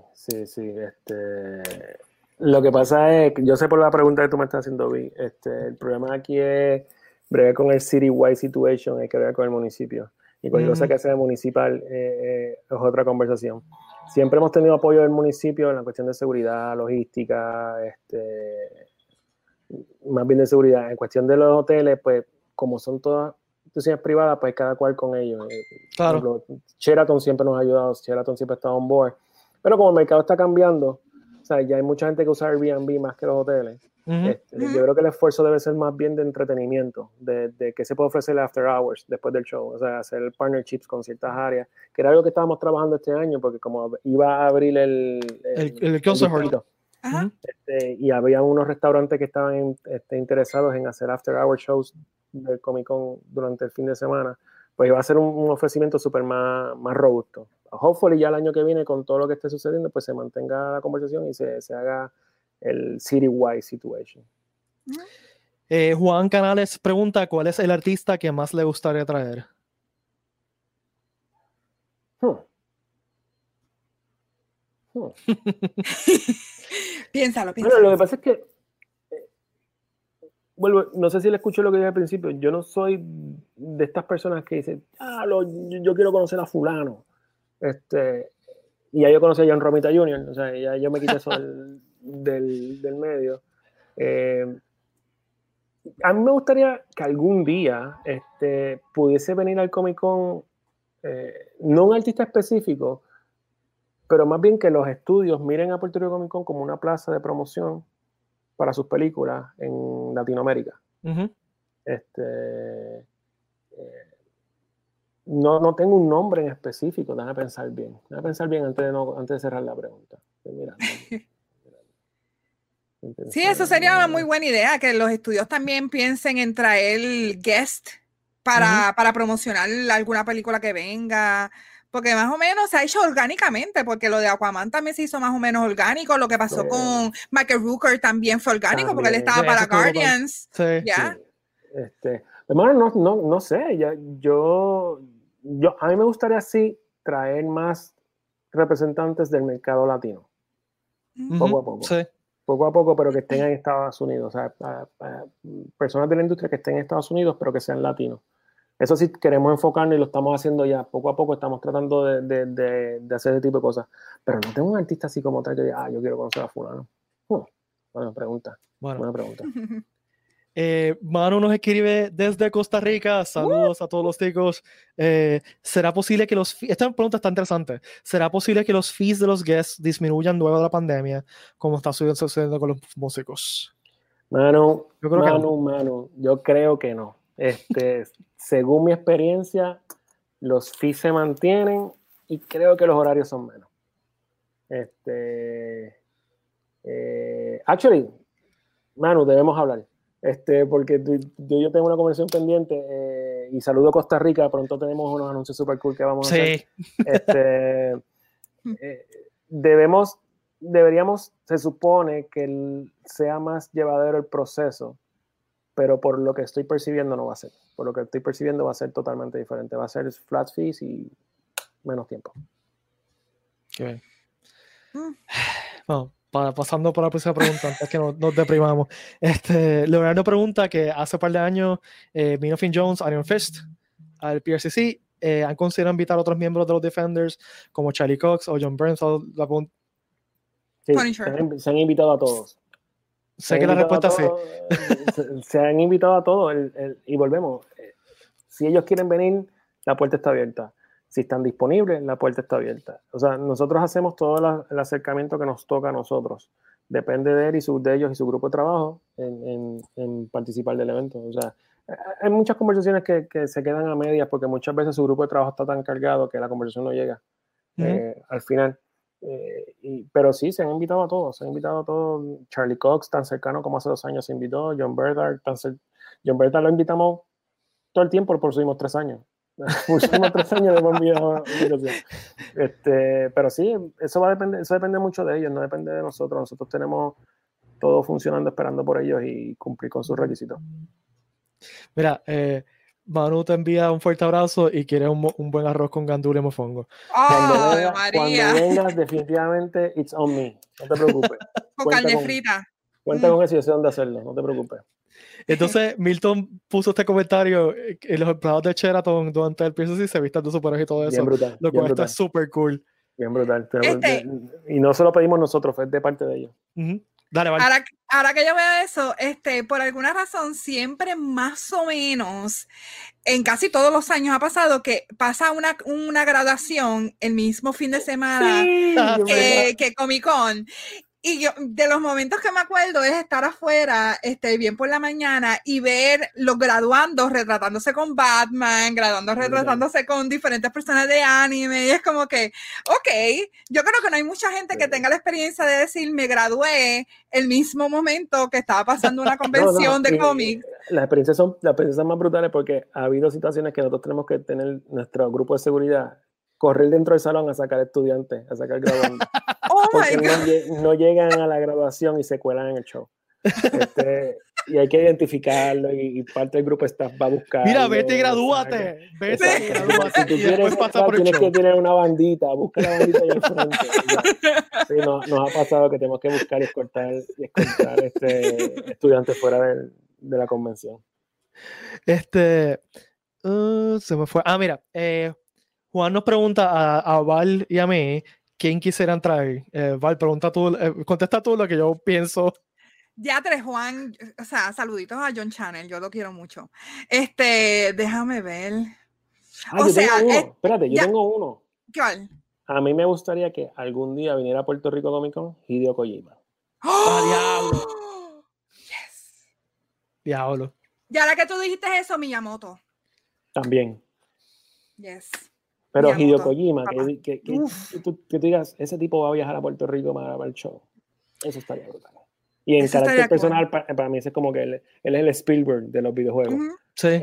Lo que pasa es que yo sé por la pregunta que tú me estás haciendo, Vi, el problema aquí es bregar con el citywide situation, hay que bregar con el municipio. Y cualquier cosa que sea municipal es otra conversación. Siempre hemos tenido apoyo del municipio en la cuestión de seguridad, logística, más bien de seguridad. En cuestión de los hoteles, pues como son todas instituciones privadas, pues cada cual con ellos. Claro. Por ejemplo, Sheraton siempre nos ha ayudado, Sheraton siempre ha estado on board. Pero como el mercado está cambiando, o sea, ya hay mucha gente que usa Airbnb más que los hoteles. Yo creo que el esfuerzo debe ser más bien de entretenimiento, de qué se puede ofrecer after hours, después del show, o sea, hacer partnerships con ciertas áreas, que era algo que estábamos trabajando este año, porque como iba a abrir el concert hall. Y había unos restaurantes que estaban interesados en hacer after hour shows del Comic Con durante el fin de semana, pues iba a ser un ofrecimiento súper más robusto. Hopefully ya el año que viene, con todo lo que esté sucediendo, pues se mantenga la conversación y se haga el citywide situation. Juan Canales pregunta, ¿cuál es el artista que más le gustaría traer? Piénsalo. Bueno, lo que pasa es que no sé si le escuché lo que dije al principio. Yo no soy de estas personas que dicen, yo quiero conocer a fulano. Y ya yo conocí a John Romita Jr., o sea, ya yo me quité eso del medio. A mí me gustaría que algún día pudiese venir al Comic Con, no un artista específico, pero más bien que los estudios miren a Puerto Rico Comic Con como una plaza de promoción para sus películas en Latinoamérica. No tengo un nombre en específico, déjame pensar bien antes de cerrar la pregunta. Mira, sí, eso sería una muy buena idea, que los estudios también piensen en traer guest para promocionar alguna película que venga, porque más o menos se ha hecho orgánicamente, porque lo de Aquaman también se hizo más o menos orgánico, lo que pasó con Michael Rooker también fue orgánico, porque él estaba para Guardians. ¿Ya? Hermano, no sé, a mí me gustaría así traer más representantes del mercado latino, poco a poco. Sí. Poco a poco, pero que estén en Estados Unidos, o sea, personas de la industria que estén en Estados Unidos, pero que sean latinos. Eso sí queremos enfocarnos y lo estamos haciendo ya, poco a poco estamos tratando de hacer ese tipo de cosas, pero no tengo un artista así como tal que diga, yo quiero conocer a fulano. Buena pregunta. Manu nos escribe desde Costa Rica. Saludos a todos los ticos. ¿Será posible que esta pregunta está interesante. ¿Será posible que los fees de los guests disminuyan luego de la pandemia, como está sucediendo con los músicos? Manu, yo creo que no. Según mi experiencia, los fees se mantienen y creo que los horarios son menos. Actually, Manu, debemos hablar. porque yo tengo una conversación pendiente y saludo a Costa Rica, pronto tenemos unos anuncios super cool que vamos a hacer. Deberíamos, se supone que sea más llevadero el proceso, pero por lo que estoy percibiendo no va a ser. Por lo que estoy percibiendo va a ser totalmente diferente. Va a ser flat fees y menos tiempo. Okay. Bueno, pasando por la próxima pregunta, antes que nos deprimamos. Leonardo pregunta que hace un par de años Minofin Jones, Iron Fist, al PRCC, ¿han considerado invitar a otros miembros de los Defenders como Charlie Cox o John Burns? Sí, se han invitado a todos. Sé que la respuesta es sí. Se han invitado a todos y volvemos. Si ellos quieren venir, la puerta está abierta. Si están disponibles, la puerta está abierta. O sea, nosotros hacemos todo el acercamiento que nos toca a nosotros. Depende de él y de ellos y su grupo de trabajo en participar del evento. O sea, hay muchas conversaciones que se quedan a medias porque muchas veces su grupo de trabajo está tan cargado que la conversación no llega al final. Pero sí, se han invitado a todos. Charlie Cox, tan cercano como hace 2 años, se invitó. John Bernard lo invitamos todo el tiempo por sus últimos 3 años. Pusimos 3 años de invitación. Pero sí, eso depende mucho de ellos, no depende de nosotros. Nosotros tenemos todo funcionando, esperando por ellos y cumplir con sus requisitos. Mira, Manu te envía un fuerte abrazo y quiere un buen arroz con gandula y mofongo. Cuando vengas, definitivamente, it's on me. No te preocupes. Con carne frita. Cuenta con eso y yo sé dónde hacerlo, no te preocupes. Entonces, Milton puso este comentario en los empleados de Sheraton durante el PSC se vistan de superhéroes y todo eso. Bien brutal. Lo cual está súper cool. Bien brutal. Y no se lo pedimos nosotros, fue de parte de ellos. Dale, vale. Ahora que yo veo eso, por alguna razón, siempre más o menos, en casi todos los años ha pasado que pasa una graduación el mismo fin de semana que Comic Con. Y yo, de los momentos que me acuerdo es estar afuera, bien por la mañana y ver los graduandos retratándose con Batman, retratándose con diferentes personas de anime. Y es como que, ok, yo creo que no hay mucha gente que tenga la experiencia de decir, me gradué el mismo momento que estaba pasando una convención de cómics. Las experiencias son más brutales porque ha habido situaciones que nosotros tenemos que tener nuestro grupo de seguridad, correr dentro del salón a sacar estudiantes, a sacar graduandos. Porque no llegan a la graduación y se cuelan en el show. Y hay que identificarlo y parte del grupo staff va a buscar. Mira, vete y gradúate. Vete y gradúate. Si tú quieres pasar tienes que tener una bandita, busca la bandita ahí al frente. Sí, nos ha pasado que tenemos que buscar y escoltar estudiantes fuera de la convención. Se me fue. Mira, Juan nos pregunta a Val y a mí quién quisieran traer. Val, contesta tú lo que yo pienso. Ya Juan, o sea, saluditos a John Channel, yo lo quiero mucho. Déjame ver. Espérate, yo tengo uno. ¿Cuál? A mí me gustaría que algún día viniera a Puerto Rico Comic Con Hideo Kojima. ¡Diablo! Yes. Diablo. Y ahora que tú dijiste eso, Miyamoto. También. Yes. Pero Hideo Kojima, que tú digas, ese tipo va a viajar a Puerto Rico para el show. Eso estaría brutal. Y en carácter personal, para mí es como que él es el Spielberg de los videojuegos. Sí.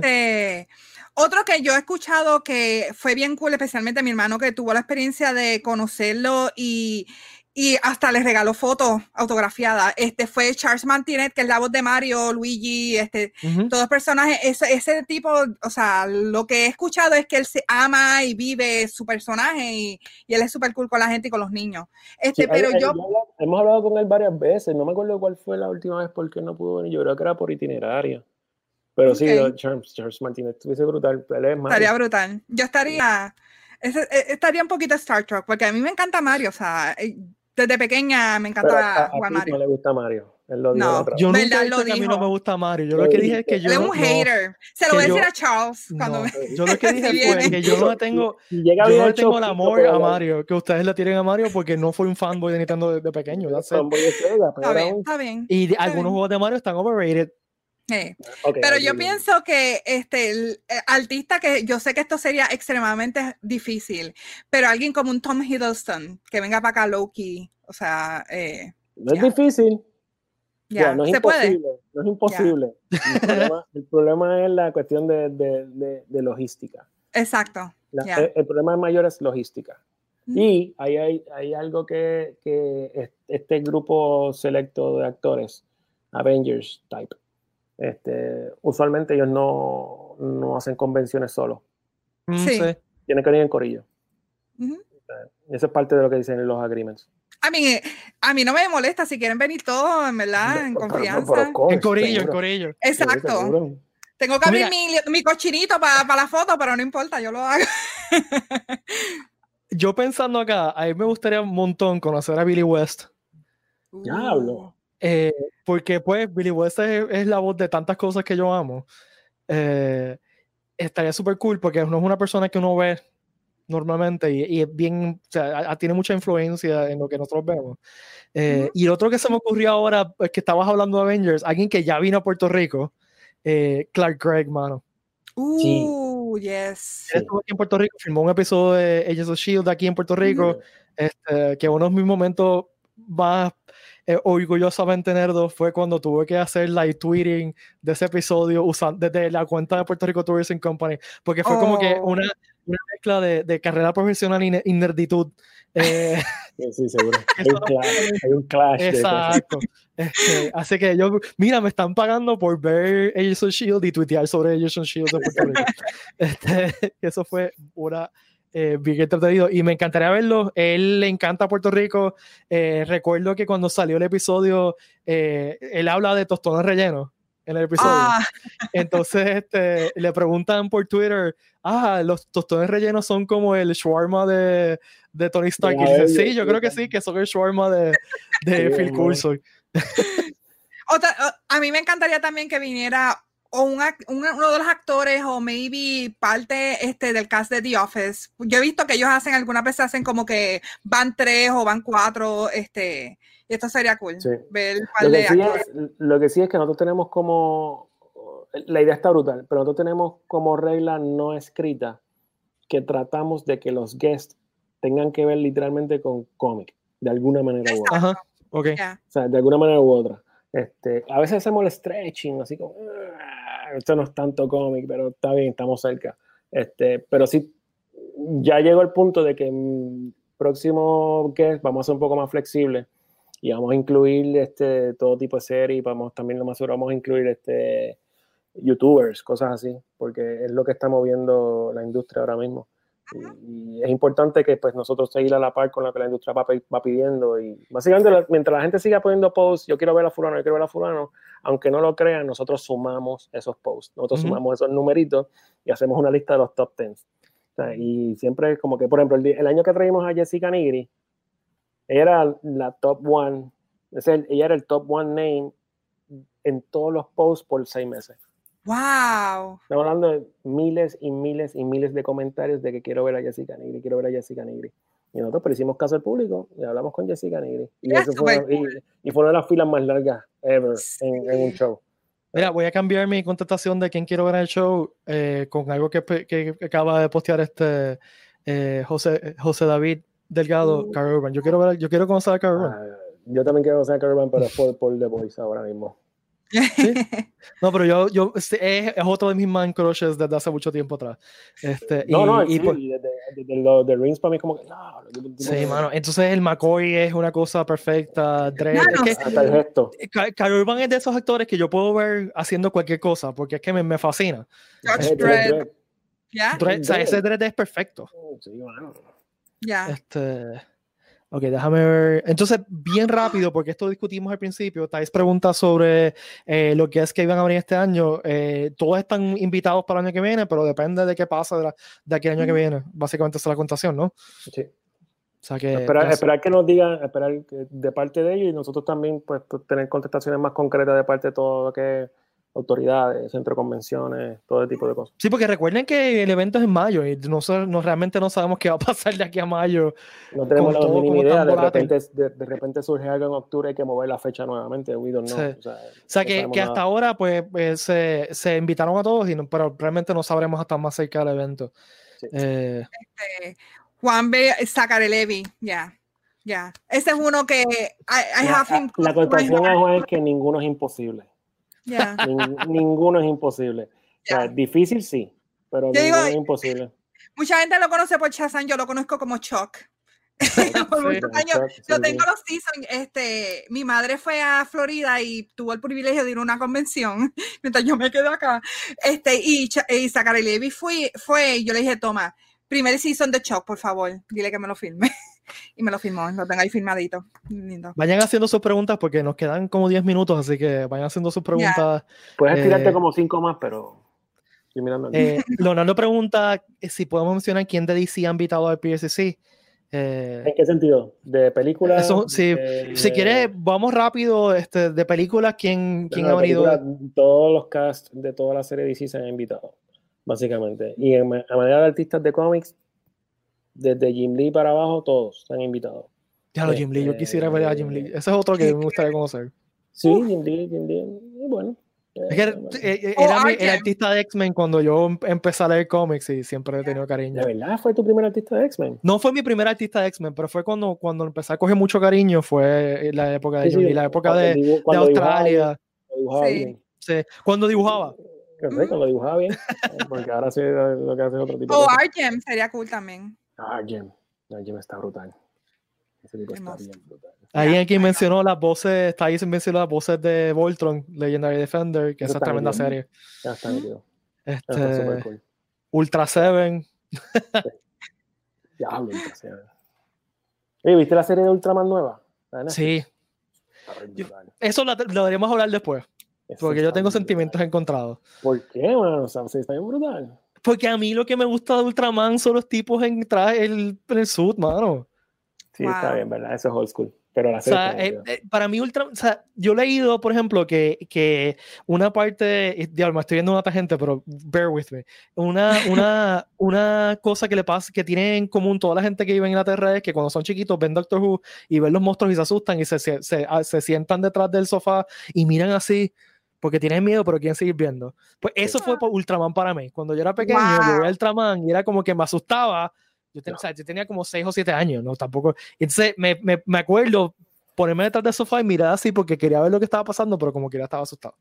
Otro que yo he escuchado que fue bien cool, especialmente mi hermano que tuvo la experiencia de conocerlo y hasta le regaló fotos autografiadas. Fue Charles Martinet, que es la voz de Mario, Luigi, todos personajes, ese tipo, o sea, lo que he escuchado es que él se ama y vive su personaje y él es súper cool con la gente y con los niños. Hemos hablado con él varias veces, no me acuerdo cuál fue la última vez porque no pudo venir, yo creo que era por itinerario. Pero sí, Charles Martinet estuviese brutal. Estaría brutal. Yo estaría un poquito Star Trek, porque a mí me encanta Mario, o sea, desde pequeña me encanta jugar Mario. No le gusta Mario. Él lo dijo yo nunca he dicho que a mí no me gusta Mario. Yo lo que dije es que yo... Él es un hater. Se lo voy a decir a Charles. Yo lo que dije fue que yo no tengo el amor a Mario, que ustedes le tienen a Mario porque no fui un fanboy de Nintendo de pequeño. Está bien. Y algunos juegos de Mario están overrated. Pero yo pienso que el artista, que yo sé que esto sería extremadamente difícil, pero alguien como un Tom Hiddleston que venga para acá, Loki, o sea, no es difícil. Ya, no es se puede. imposible, no es imposible. El problema es la cuestión de logística. Exacto. El problema mayor es logística. Y hay algo que este grupo selecto de actores, Avengers type, usualmente ellos no hacen convenciones solos. Sí. Tienen que venir en corillo. Eso es parte de lo que dicen en los agreements. A mí no me molesta si quieren venir todos, en verdad, en confianza. En corillo. Exacto. Tengo que abrir mi cochinito para la foto, pero no importa, yo lo hago. Yo pensando acá, a mí me gustaría un montón conocer a Billy West. Diablo. Porque pues Billy West es la voz de tantas cosas que yo amo. Estaría súper cool porque no es una persona que uno ve normalmente y es bien, o sea, tiene mucha influencia en lo que nosotros vemos. Y el otro que se me ocurrió ahora es que estabas hablando de Avengers, alguien que ya vino a Puerto Rico, Clark Gregg, mano. Yes. Él estuvo aquí en Puerto Rico, filmó un episodio de Agents of S.H.I.E.L.D. aquí en Puerto Rico, que uno de mis momentos más orgullosamente nerdos fue cuando tuve que hacer live tweeting de ese episodio desde la cuenta de Puerto Rico Tourism Company, porque fue como que una mezcla de carrera profesional y nerditud. Sí, seguro. Hay un clash. Exacto. Así que mira, me están pagando por ver Agents of S.H.I.E.L.D. y tuitear sobre Agents of S.H.I.E.L.D. de Puerto Rico. Eso fue una bien entretenido y me encantaría verlo. Él le encanta Puerto Rico. Recuerdo que cuando salió el episodio, él habla de tostones rellenos en el episodio. Entonces le preguntan por Twitter, los tostones rellenos son como el shawarma de Tony Stark. Y dice, sí, yo creo que sí, que son el shawarma de Phil Coulson. A mí me encantaría también que viniera uno de los actores o maybe parte del cast de The Office. Yo he visto que ellos algunas veces hacen como que van 3 o van 4, y esto sería cool. Sí. Ver lo que sí es que nosotros tenemos la idea está brutal, pero nosotros tenemos como regla no escrita que tratamos de que los guests tengan que ver literalmente con cómic, de alguna manera u otra. Ajá, okay. O sea, de alguna manera u otra. A veces hacemos el stretching, así como, esto no es tanto cómic, pero está bien, estamos cerca. Pero sí, ya llegó el punto de que próximo guest vamos a ser un poco más flexibles y vamos a incluir todo tipo de series, también lo más seguro vamos a incluir youtubers, cosas así, porque es lo que está moviendo la industria ahora mismo. Y es importante que pues nosotros seguir a la par con lo que la industria va pidiendo y básicamente mientras la gente siga poniendo posts, yo quiero ver a fulano, yo quiero ver a fulano, aunque no lo crean, nosotros sumamos esos posts, nosotros sumamos esos numeritos y hacemos una lista de los top 10. O sea, y siempre como que, por ejemplo, el año que traímos a Jessica Nigri, ella era la top one, ella era el top one name en todos los posts por 6 meses. ¡Wow! Estamos hablando de miles y miles y miles de comentarios de que quiero ver a Jessica Nigri, quiero ver a Jessica Nigri. Y nosotros pero hicimos caso al público y hablamos con Jessica Nigri. Y, eso fue una de las filas más largas ever en un show. Mira, voy a cambiar mi contestación de quién quiero ver en el show con algo que acaba de postear José David Delgado, Karl Urban. Yo quiero conocer a Karl Urban. Yo también quiero conocer a Karl Urban, pero es por The Voice ahora mismo. ¿Sí? No, pero es otro de mis man crushes desde hace mucho tiempo atrás. Desde Rings para mí como que no. Sí, mano. Entonces el McCoy es una cosa perfecta. Dredd, hasta el gesto. Karl Urban es de esos actores que yo puedo ver haciendo cualquier cosa porque es que me fascina. Dredd. O sea, ese Dredd es perfecto. Sí, mano. Ok, déjame ver. Entonces, bien rápido, porque esto discutimos al principio. Thais pregunta sobre lo que es que iban a venir este año. Todos están invitados para el año que viene, pero depende de qué pasa de aquí al año que viene. Básicamente esa es la contación, ¿no? Sí. O sea que, esperar que nos digan, esperar de parte de ellos y nosotros también pues tener contestaciones más concretas de parte de todo lo que es autoridades, centro de convenciones, todo tipo de cosas. Sí, porque recuerden que el evento es en mayo y realmente no sabemos qué va a pasar de aquí a mayo. No tenemos la mínima idea, de repente surge algo en octubre y hay que mover la fecha nuevamente, we don't know. Sí. O sea que hasta ahora pues se invitaron a todos, pero realmente no sabremos hasta más cerca del evento. Sí. Juan B. Zacarelevi, ya. Ya. Ese es uno que I have him. La contestación a Juan es que ninguno es imposible. Ya. Ninguno es imposible. O sea, difícil sí, pero Yo ninguno digo, es imposible. Mucha gente lo conoce por Shazam, yo lo conozco como Chuck. Por muchos años, yo tengo los seasons. Mi madre fue a Florida y tuvo el privilegio de ir a una convención mientras yo me quedé acá. Y Zachary Levi fue y yo le dije, toma, primer season de Chuck, por favor, dile que me lo filme. Y me lo filmó, lo tengo ahí filmadito. Lindo. Vayan haciendo sus preguntas porque nos quedan como 10 minutos, así que vayan haciendo sus preguntas. Puedes tirarte como 5 más, pero estoy mirando. Leonardo pregunta si podemos mencionar quién de DC ha invitado al PSC. ¿En qué sentido? ¿De películas? Si quieres, vamos rápido. De películas, ¿quién ha venido? Todos los casts de toda la serie DC se han invitado, básicamente. Y a manera de artistas de cómics, desde Jim Lee para abajo, todos se han invitado. Ya lo Jim Lee, yo quisiera ver a Jim Lee. Ese es otro que me gustaría conocer. Sí, Jim Lee, y bueno. Es que era el artista de X-Men cuando yo empecé a leer cómics y siempre he tenido cariño. ¿De verdad fue tu primer artista de X-Men? No fue mi primer artista de X-Men, pero fue cuando empecé a coger mucho cariño, fue la época de Jim Lee, la época de Australia. Sí, cuando dibujaba. Cuando dibujaba bien, porque ahora sí lo que hace es otro tipo de cosas. Argem sería cool también. Argem está brutal. Ese tipo está bien brutal. Ahí aquí mencionó las voces, está ahí se mencionó las voces de Voltron, Legendary Defender, que esa es tremenda serie. Ya está metido. Está super cool. Ultra Seven. Diablo, Ultra Seven. ¿Viste la serie de Ultraman nueva? Sí. Eso lo deberíamos hablar después. Porque yo tengo sentimientos encontrados. ¿Por qué, man? O sea, está bien brutal. Porque a mí lo que me gusta de Ultraman son los tipos en traje, el suit, mano. Sí, está bien, ¿verdad? Eso es old school. Pero la serie para mí, yo he leído, por ejemplo, que una parte, diablo, me estoy viendo una tangente, pero bear with me. Una cosa que le pasa, que tiene en común toda la gente que vive en Inglaterra es que cuando son chiquitos ven Doctor Who y ven los monstruos y se asustan y se sientan detrás del sofá y miran así porque tienen miedo, pero quieren seguir viendo. Pues eso fue por Ultraman para mí. Cuando yo era pequeño, yo veía Ultraman y era como que me asustaba. Yo tenía como 6 o 7 años, ¿no? Tampoco. Entonces me acuerdo ponerme detrás del sofá y mirar así porque quería ver lo que estaba pasando, pero como que ya estaba asustado.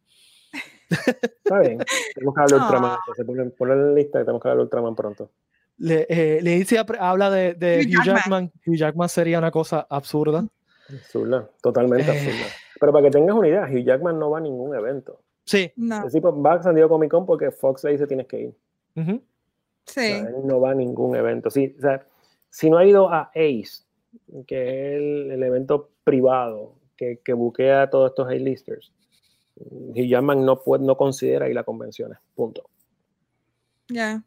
Está bien. Tenemos que hablar de Ultraman. Ponle en la lista que tenemos que hablar de Ultraman pronto. Leticia habla de Hugh Jackman. Hugh Jackman sería una cosa absurda. Absurda, totalmente absurda. Pero para que tengas una idea, Hugh Jackman no va a ningún evento. Sí. No. El tipo va a San Diego Comic Con porque Fox le dice tienes que ir. Uh-huh. Sí. O sea, él no va a ningún evento. Sí, o sea, si no ha ido a ACE, que es el evento privado que buquea a todos estos A-listers, Hugh Jackman no considera ir a convenciones. Punto. Ya.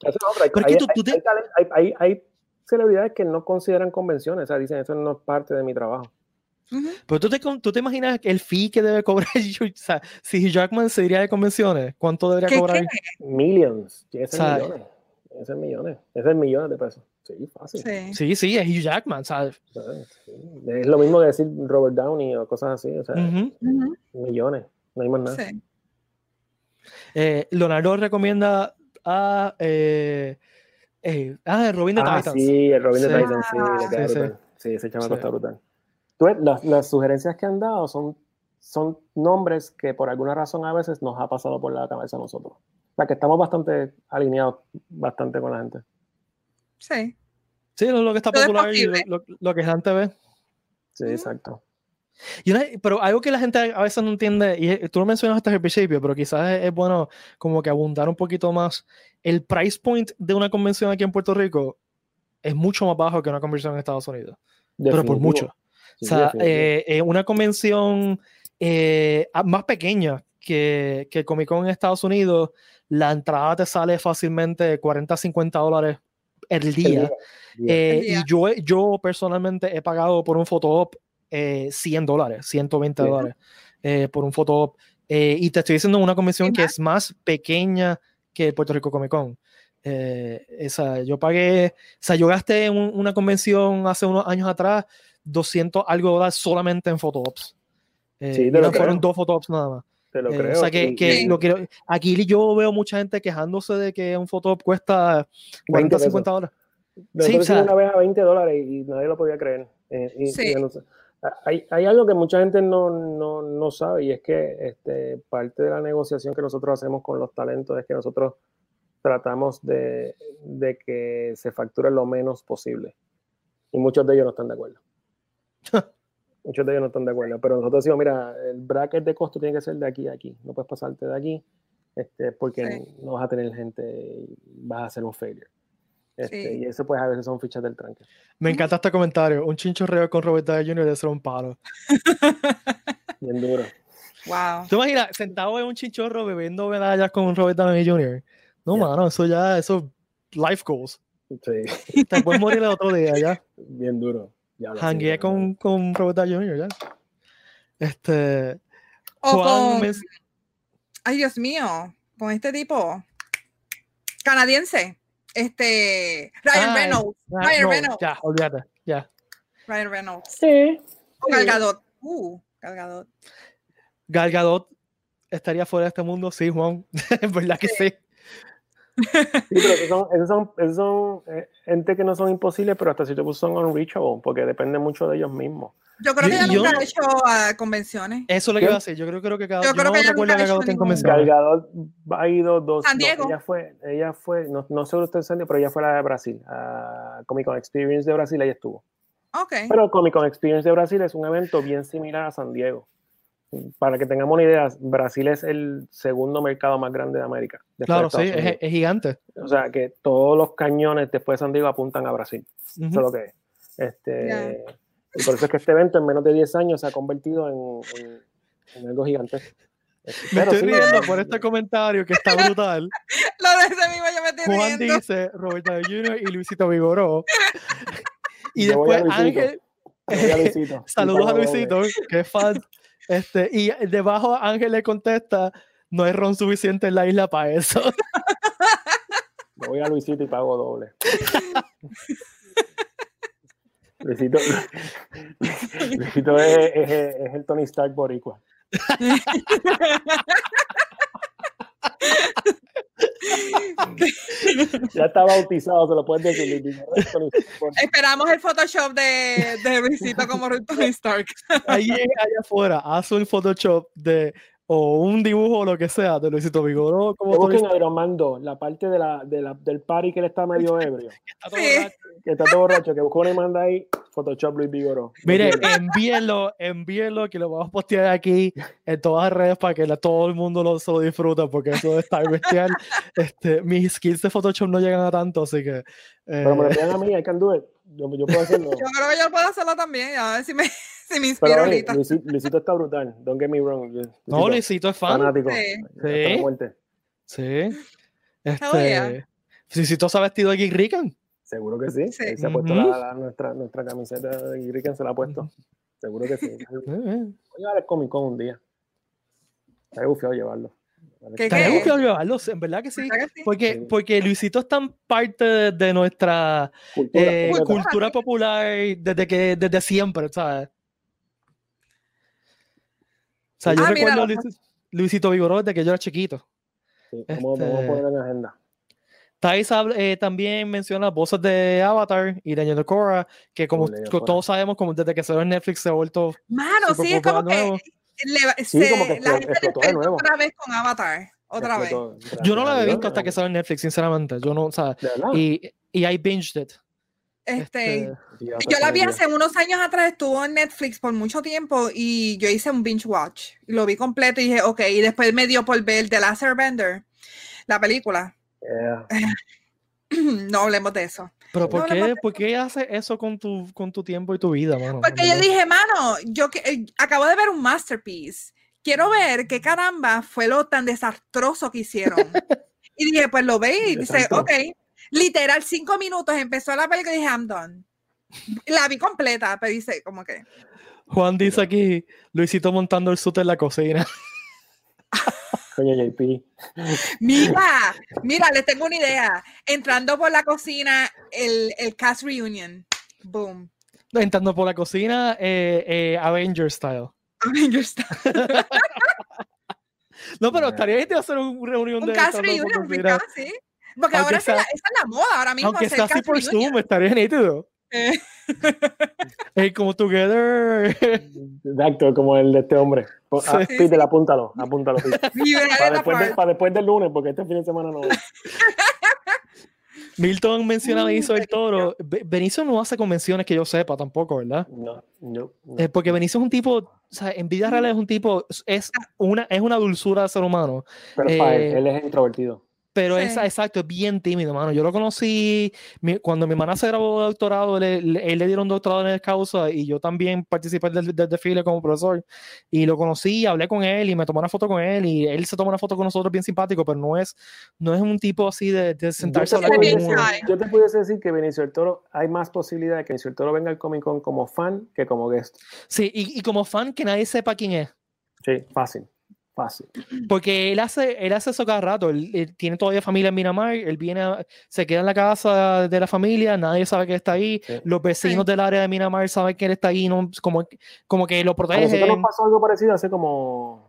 Hay celebridades que no consideran convenciones. O sea, dicen, eso no es parte de mi trabajo. Uh-huh. Pero tú te imaginas el fee que debe cobrar, o sea, si Hugh Jackman se iría de convenciones, ¿cuánto debería cobrar? Millions. Ese es millones de pesos. Sí, fácil. Sí, es Hugh Jackman, ¿sabes? Sí. Es lo mismo de decir Robert Downey o cosas así, o sea, millones, no hay más nada. Sí. Leonardo recomienda a el Robin de Titans. Sí, el Robin de Titans, sí, ese chamaco está brutal. Las sugerencias que han dado son nombres que por alguna razón a veces nos ha pasado por la cabeza a nosotros. O sea, que estamos bastante alineados con la gente. Sí. Sí, lo que está popular y lo que la gente ve. Sí, exacto. Pero algo que la gente a veces no entiende, y tú lo mencionaste al principio, pero quizás es bueno como que abundar un poquito más. El price point de una convención aquí en Puerto Rico es mucho más bajo que una convención en Estados Unidos. Definitivo. Pero por mucho. Sí, o sea, una convención más pequeña que el Comic Con en Estados Unidos, la entrada te sale fácilmente $40-50 el día. Y yo personalmente he pagado por un photo-op $100, $120 por un photo-op. Y te estoy diciendo una convención que es más pequeña que Puerto Rico Comic Con. Yo gasté en una convención hace unos años atrás $200 algo solamente en photo-ops. Fueron 2 photo-ops nada más. Te lo creo. O sea aquí yo veo mucha gente quejándose de que un photo-op cuesta $40-50. Nosotros hicimos una vez a $20 y nadie lo podía creer. Sí. Hay algo que mucha gente no sabe, y es que parte de la negociación que nosotros hacemos con los talentos es que nosotros tratamos de que se facture lo menos posible. Y muchos de ellos no están de acuerdo. Muchos de ellos no están de acuerdo. Pero nosotros decimos, mira, el bracket de costo tiene que ser de aquí a aquí. No puedes pasarte de aquí porque no vas a tener gente y vas a hacer un failure. Y eso pues a veces son fichas del tranque. Me encanta este comentario. Un chinchorreo con Robert Downey Jr. debe ser un palo. Bien duro. Wow. ¿Tú imaginas sentado en un chinchorro bebiendo medallas con Robert Downey Jr.? No, mano, eso life goals. Sí. Te puedes morir el otro día ya. Bien duro. Hangué con Robert Downey Jr. ya. Ay, Dios mío, con este tipo canadiense. Ryan Reynolds. Ya, olvídate, ya. Ryan Reynolds. Sí. Gal Gadot. Gal Gadot. Gal Gadot estaría fuera de este mundo, sí, Juan. Es verdad que sí. Sí, pero esos son entes que no son imposibles, pero hasta cierto punto son unreachable, porque depende mucho de ellos mismos. Yo creo que ella nunca ha hecho convenciones. Eso es lo que iba a decir. Yo creo que Gal Gal Gadot en convenciones. Gal Gadot ha ido 2. San Diego. Ella fue, no sé usted San Diego, pero ella fue a la de Brasil, a Comic Con Experience de Brasil, ella estuvo. Okay. Pero Comic Con Experience de Brasil es un evento bien similar a San Diego. Para que tengamos una idea, Brasil es el segundo mercado más grande de América. Claro, sí, es gigante. O sea, que todos los cañones después de San Diego apuntan a Brasil. Eso es lo que es. Y por eso es que este evento en menos de 10 años se ha convertido en algo gigante. Me estoy riendo por este comentario que está brutal. Lo de ese mismo yo me estoy Juan riendo. dice Robert Downey Jr. y Luisito Vigoró. Y después Ángel... Saludos a Luisito, que es fan. Y debajo Ángel le contesta: no hay ron suficiente en la isla para eso. Me voy a Luisito y pago doble. Luisito es el Tony Stark boricua. Ya está bautizado, se lo puedes decir. Esperamos el Photoshop de Luisito como Tony Stark. Ahí allá afuera, haz un Photoshop o un dibujo o lo que sea de Luisito Vigoró. Como busquen a Iron Man 2, la parte del party que él está medio ebrio. Que está todo borracho, que busca una y manda ahí Photoshop Luis Vigoró. Mire, envíenlo, que lo vamos a postear aquí en todas las redes para que todo el mundo se lo disfruta, porque eso está bestial. Mis skills de Photoshop no llegan a tanto, así que... Pero me lo envían a mí, I can do it. Yo puedo hacerlo. Yo creo que yo puedo hacerlo también, a ver si me inspiro ahorita. Luisito está brutal, don't get me wrong. Luisito es fan. Fanático. Sí. Luisito se ha vestido de Geek Rican. Seguro que sí. Él se ha puesto nuestra camiseta de Geek Rican, se la ha puesto. Seguro que sí. Voy a llevar el Comic Con un día. Está bufiado llevarlo. Estaría bufiado llevarlo, en verdad que sí. Porque Luisito es tan parte de nuestra cultura popular desde siempre, ¿sabes? O sea, yo recuerdo Luisito Vigoró desde que yo era chiquito. Sí, vamos a poner en agenda. Thais también menciona las voces de Avatar y Daniel de Korra, que como todos sabemos, como desde que salió en Netflix se ha vuelto... Mano, sí, es como que... como que la gente explotó de nuevo. Otra vez con Avatar. Otra vez. Yo no la había visto hasta que salió en Netflix, sinceramente. Yo no, o sea, y I binged it. Yo la vi hace unos años atrás, estuvo en Netflix por mucho tiempo y yo hice un binge watch. Lo vi completo y dije, ok, y después me dio por ver The Last Airbender, la película. No hablemos de eso. Pero ¿por qué haces eso con tu tiempo y tu vida, mano? Porque yo dije, mano, yo acabo de ver un masterpiece. Quiero ver qué caramba fue lo tan desastroso que hicieron. Y dije, pues lo ve y dice, ok. Literal, 5 minutos empezó la película y dije, I'm done. La vi completa, pero dice, como que... Juan dice aquí, Luisito montando el suit en la cocina. Coño, JP. Mira, les tengo una idea. Entrando por la cocina, el cast reunion. Boom. Entrando por la cocina, Avengers style. Avengers style. No, pero estaría bien de hacer una reunión de... Un cast reunion, sí. Porque aunque ahora esa es la moda, ahora mismo. Aunque sea así por Zoom, estaría nítido. Hey, como Together. Exacto, como el de este hombre. Sí. Peter, apúntalo, Peter. Libera Para después del lunes, porque este fin de semana no voy. Milton menciona a Benicio del Toro. Benicio no hace convenciones que yo sepa tampoco, ¿verdad? No. Porque Benicio es un tipo, o sea, en vida real es un tipo, es una dulzura de ser humano. Pero él es introvertido. Pero Sí. exacto, es bien tímido, mano. Yo lo conocí cuando mi hermana se graduó de doctorado, él le dieron doctorado en el causa y yo también participé del desfile como profesor. Y lo conocí, hablé con él y me tomé una foto con él y él se tomó una foto con nosotros bien simpático, pero no es un tipo así de sentarse a hablar con uno. Yo te pudiese decir que Benicio del Toro, hay más posibilidad de que Benicio del Toro venga al Comic Con como fan que como guest. Sí, y como fan que nadie sepa quién es. Sí, fácil. Porque él hace eso cada rato. Él tiene todavía familia en Miramar, él se queda en la casa de la familia, nadie sabe que está ahí. Sí. Los vecinos del área de Miramar saben que él está ahí, no, como que lo protegen. A nosotros nos pasó algo parecido hace como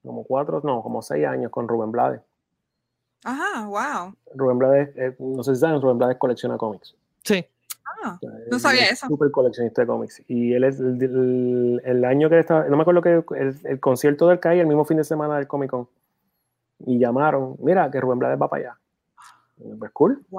6 años con Rubén Blades. Ajá, wow. Rubén Blades, no sé si saben, Rubén Blades colecciona cómics. Sí. No sabía eso. Es súper coleccionista de cómics. Y él es el año que estaba, no me acuerdo que el concierto del CAI, el mismo fin de semana del Comic Con. Y llamaron, mira, que Rubén Blades va para allá. Pues cool, wow.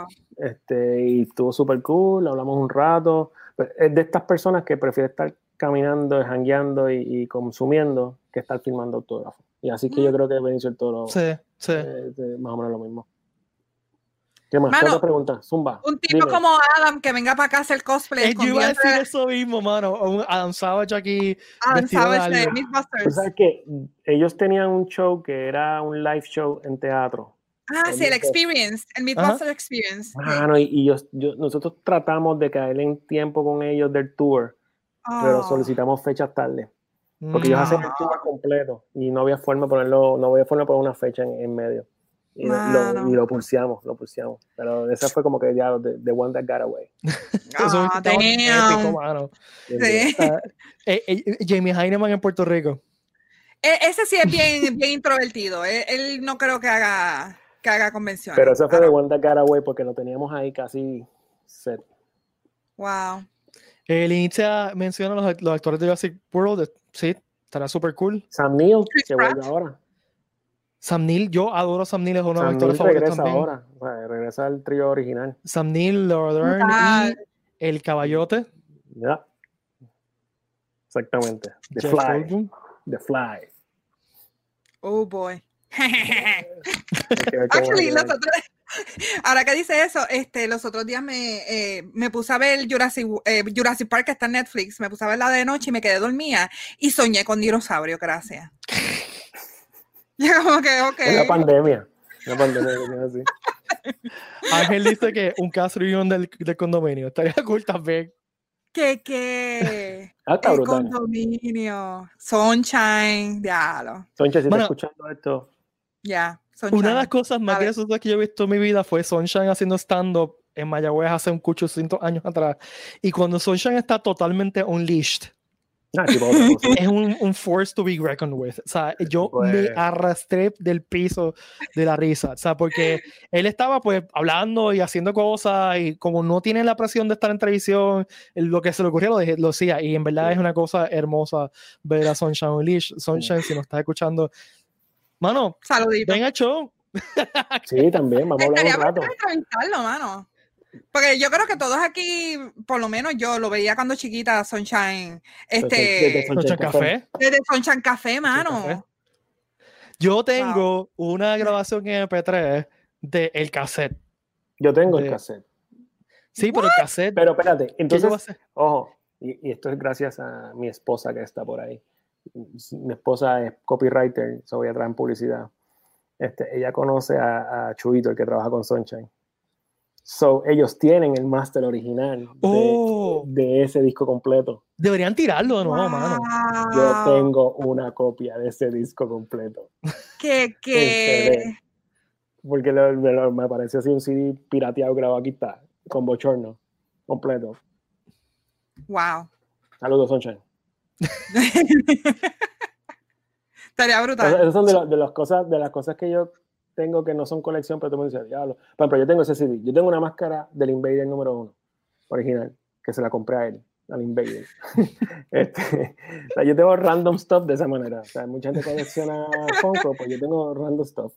Y estuvo súper cool, hablamos un rato. Es de estas personas que prefiere estar caminando, jangueando y consumiendo que estar filmando autógrafos. Y así que yo creo que Benicio del Toro sí. Más o menos lo mismo. ¿Qué más? Mano, ¿Qué otra pregunta? Zumba. Un tipo como Adam que venga para acá a hacer cosplay. Yo iba a decir eso mismo, mano. Un Adam Savage aquí. Adam Savage de Mythbusters. ¿Sabes qué? Ellos tenían un show que era un live show en teatro. Sí, el Experience, el Mythbusters Experience. Mano, y nosotros tratamos de caer en tiempo con ellos del tour, pero solicitamos fechas tarde. Porque ellos hacen el tour completo y no había forma de poner una fecha en medio. Y lo pulseamos. Pero esa fue como que ya the one that got away. Eso es épico, mano. Sí. Jamie Heineman en Puerto Rico. Ese sí es bien introvertido. Él no creo que haga convenciones. Pero esa fue the one that got away porque lo teníamos ahí casi set. Wow. Linicia menciona los actores de Jurassic World. Sí, estará súper cool. Sam Neill, que vuelve ahora. Sam Neill, yo adoro a Sam Neill, es uno de los actores favoritos también. Ahora, regresa al trío original. Sam Neill, Laura Dern y el caballote. Ya. Exactamente. The Fly. Oh boy. Actually, ahora que dice eso, los otros días me puse a ver Jurassic Park, que está en Netflix, me puse a verla de noche y me quedé dormida y soñé con dinosaurio, gracias. Ya como que, ok. Es la pandemia así. Ángel dice que un cast reunion del condominio. Estaría cool también. ¿Qué? Está el brutal. Condominio. Sunshine, diablo. Sunshine, si estás escuchando esto. Ya, una de las cosas más graciosas que yo he visto en mi vida fue Sunshine haciendo stand-up en Mayagüez hace un 800 años atrás. Y cuando Sunshine está totalmente unleashed, es un force to be reckoned with. O sea, yo me arrastré del piso de la risa. O sea, porque él estaba pues hablando y haciendo cosas y como no tiene la presión de estar en televisión, lo que se le ocurría lo hacía. Y en verdad es una cosa hermosa ver a Sunshine unleashed. Sunshine, si nos estás escuchando, mano, saludito. Ven al show. Sí, también, vamos a hablar un rato. Entrevistarlo, mano. Porque yo creo que todos aquí, por lo menos yo lo veía cuando chiquita, Sunshine. Sunshine Café. Desde Sunshine Café, mano. Yo tengo una grabación en MP3 de el cassette. Yo tengo el cassette. Sí, pero el cassette. Pero espérate, entonces, ojo, y esto es gracias a mi esposa que está por ahí. Mi esposa es copywriter, voy a traer en publicidad. Ella conoce a Chuito, el que trabaja con Sunshine. Ellos tienen el máster original de ese disco completo. Deberían tirarlo de nuevo, mano. Yo tengo una copia de ese disco completo. ¿Qué? Porque me pareció así un CD pirateado grabado, aquí está, con bochorno, completo. Wow. Saludos, Sunshine. Estaría brutal. Esas son de las cosas que yo tengo que no son colección, pero tú me dices, diablo. Por ejemplo, yo tengo ese CD. Yo tengo una máscara del Invader número 1, original. que se la compré a él, al Invader. O sea, yo tengo random stuff de esa manera. O sea, mucha gente colecciona Funko, pues yo tengo random stuff.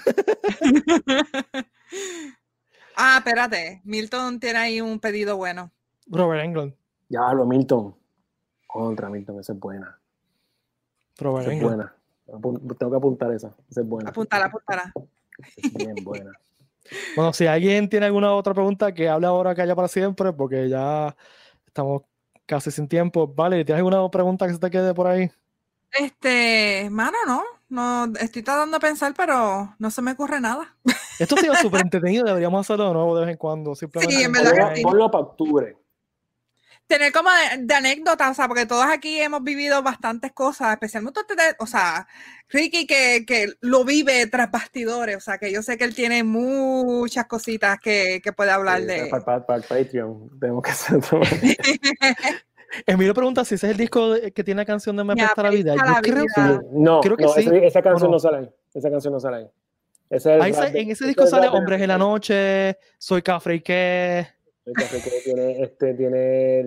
Espérate. Milton tiene ahí un pedido bueno. Robert Englund. Ya lo Milton. Contra Milton, esa es buena. Robert Esa es Englund. buena. Tengo que apuntar esa. Esa es buena. Apúntala. Es bien buena. Bueno, si alguien tiene alguna otra pregunta, que hable ahora, que haya para siempre, porque ya estamos casi sin tiempo. Vale, ¿tienes alguna pregunta que se te quede por ahí? Mano, no estoy tratando de pensar, pero no se me ocurre nada. Esto ha sido súper entretenido, deberíamos hacerlo de nuevo de vez en cuando. Simplemente Sí, en verdad que sí. Ponlo para octubre. Tener como de anécdotas, o sea, porque todos aquí hemos vivido bastantes cosas, especialmente ustedes, o sea, Ricky que lo vive tras bastidores, o sea, que yo sé que él tiene muchas cositas que puede hablar de. Para Patreon, tenemos que hacer otro. Emilio pregunta si ese es el disco que tiene la canción de Me Apesta la Vida. Yo creo que Sí, no, creo que no, sí. esa canción no? no sale ahí. Esa canción no sale ahí. Ese es el En ese disco sale Hombres en la Noche, Soy Cafre y qué. El café que tiene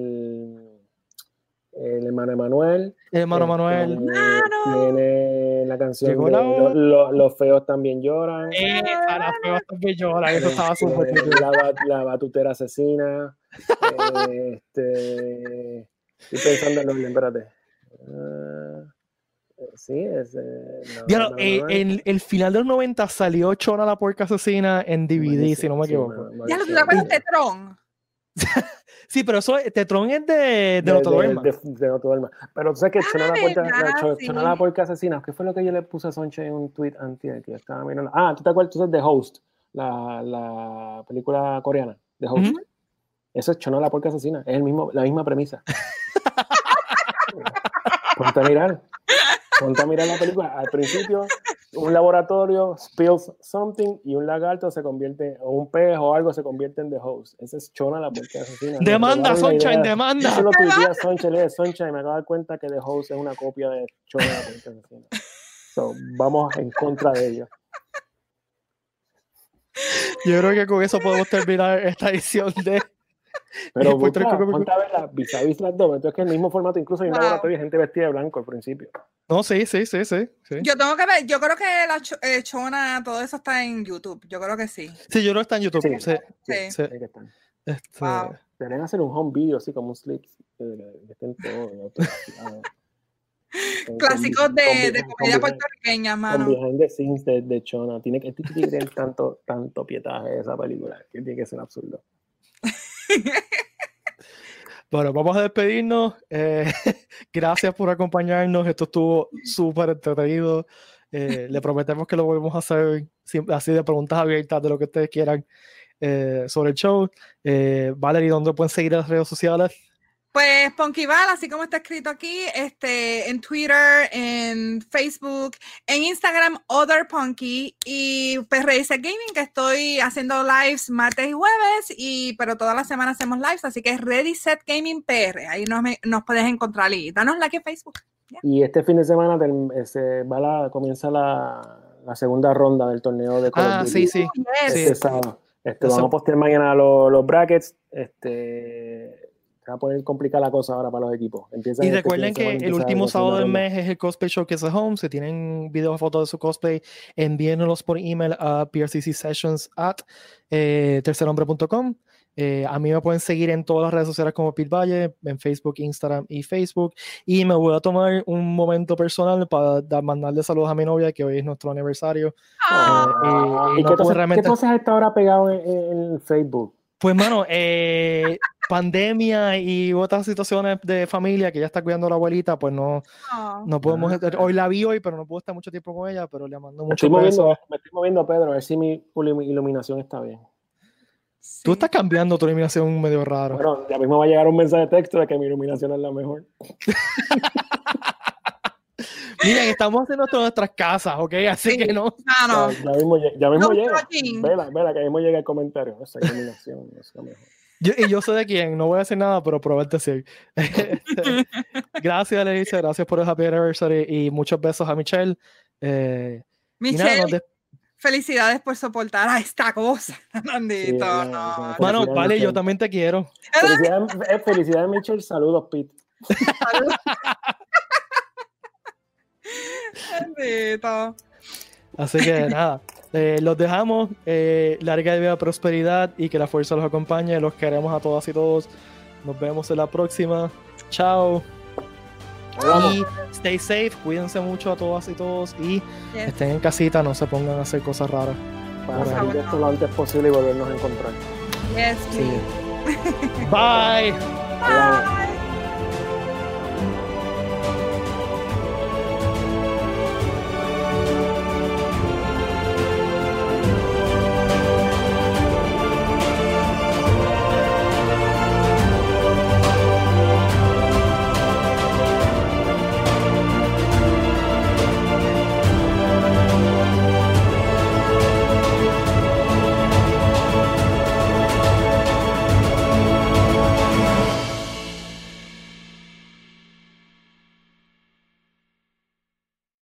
el hermano Emanuel. El hermano Manuel. Tiene la canción Llegó de la hora. Los feos también lloran. Las feas también lloran. Eso estaba súper bien. La batutera asesina. Estoy pensando en los, espérate. Sí, en el final de los 90 salió Chona la Puerca Asesina en DVD, buenísimo, si no me equivoco. Ya lo te acuerdas de Tron. Sí, pero eso, Tetrón es de No Te Duermas. De No Te Duermas. Pero tú sabes que Chona la Puerca Asesina, ¿qué fue lo que yo le puse a Soncha en un tweet antes que yo estaba mirando? ¿Tú te acuerdas? Tú sabes de Host, la película coreana de Host. Eso es Chona la Puerca Asesina, es la misma premisa. Ponte a mirar la película. Al principio, un laboratorio spills something y un lagarto se convierte, o un pez o algo se convierte en The Host. Esa es Chona la Puerca Asesina. Demanda, Sunshine, demanda. Yo lo tuiteé a Sunshine y me acabo de dar cuenta que The Host es una copia de Chona la Puerca Asesina. So, vamos en contra de ello. Yo creo que con eso podemos terminar esta edición de... Pero ponte a ver las vis-a-vis las dos, entonces que el mismo formato, incluso hay un laboratorio de gente vestida de blanco al principio. No, sí. Yo tengo que ver, yo creo que la Chona, todo eso está en YouTube, yo creo que sí. Sí, yo creo que está en YouTube. Sí. Hay que estar. Wow. Deberían hacer un home video así como un slip, que estén todos. Clásicos de comedia puertorriqueña, mano. Con behind the scenes de Chona. Tiene que tener tanto pietaje esa película, que tiene que ser absurdo. Bueno, vamos a despedirnos. Gracias por acompañarnos. Esto estuvo súper entretenido. Le prometemos que lo volvemos a hacer así de preguntas abiertas de lo que ustedes quieran sobre el show. Valerie, ¿dónde pueden seguir en las redes sociales? Pues Punkyval, así como está escrito aquí, en Twitter, en Facebook, en Instagram, Other Punky, y PRS Gaming, que estoy haciendo lives martes y jueves, pero todas las semanas hacemos lives, así que es Ready Set Gaming PR, ahí nos puedes encontrar y danos like en Facebook. Yeah. Y este fin de semana comienza la segunda ronda del torneo de Call of Duty. Sí. Sábado. Vamos a postear mañana los brackets. Se va a poner complicada la cosa ahora para los equipos. Y recuerden que el último sábado del mes es el Cosplay Showcase at Home. Si tienen videos o fotos de su cosplay, envíenlos por email a prccsessions@tercerhombre.com. A mí me pueden seguir en todas las redes sociales como Pete Valle, en Facebook, Instagram y Facebook. Y me voy a tomar un momento personal para mandarle saludos a mi novia, que hoy es nuestro aniversario. ¿Y qué cosas está ahora pegado en Facebook? Pues, mano, pandemia y otras situaciones de familia que ya está cuidando a la abuelita, pues no podemos. Hoy la vi pero no puedo estar mucho tiempo con ella, pero le mando mucho besos. Me estoy moviendo, Pedro, a ver si mi iluminación está bien. Sí. Tú estás cambiando tu iluminación medio raro. Bueno, ya mismo va a llegar un mensaje de texto de que mi iluminación es la mejor. Miren, estamos en nuestras casas, ¿ok? Así que no. Ya mismo llega. Vela, que mismo llega el comentario. Esa iluminación es la mejor. Yo sé de quién, no voy a decir nada, pero probarte sí. Gracias, Alicia, gracias por el Happy Anniversary y muchos besos a Michelle. Michelle. Felicidades por soportar a esta cosa. Bendito, Sí, no. Mano, vale, yo también te quiero. Felicidades, Mitchell. Saludos, Pete. Bendito. Así que nada, los dejamos. Larga vida, prosperidad y que la fuerza los acompañe. Los queremos a todas y todos. Nos vemos en la próxima. Chao. Y stay safe, cuídense mucho a todas y todos y estén en casita, no se pongan a hacer cosas raras. Para salir de esto lo antes posible y volvernos a encontrar. Yes, sí. Bye. Bye.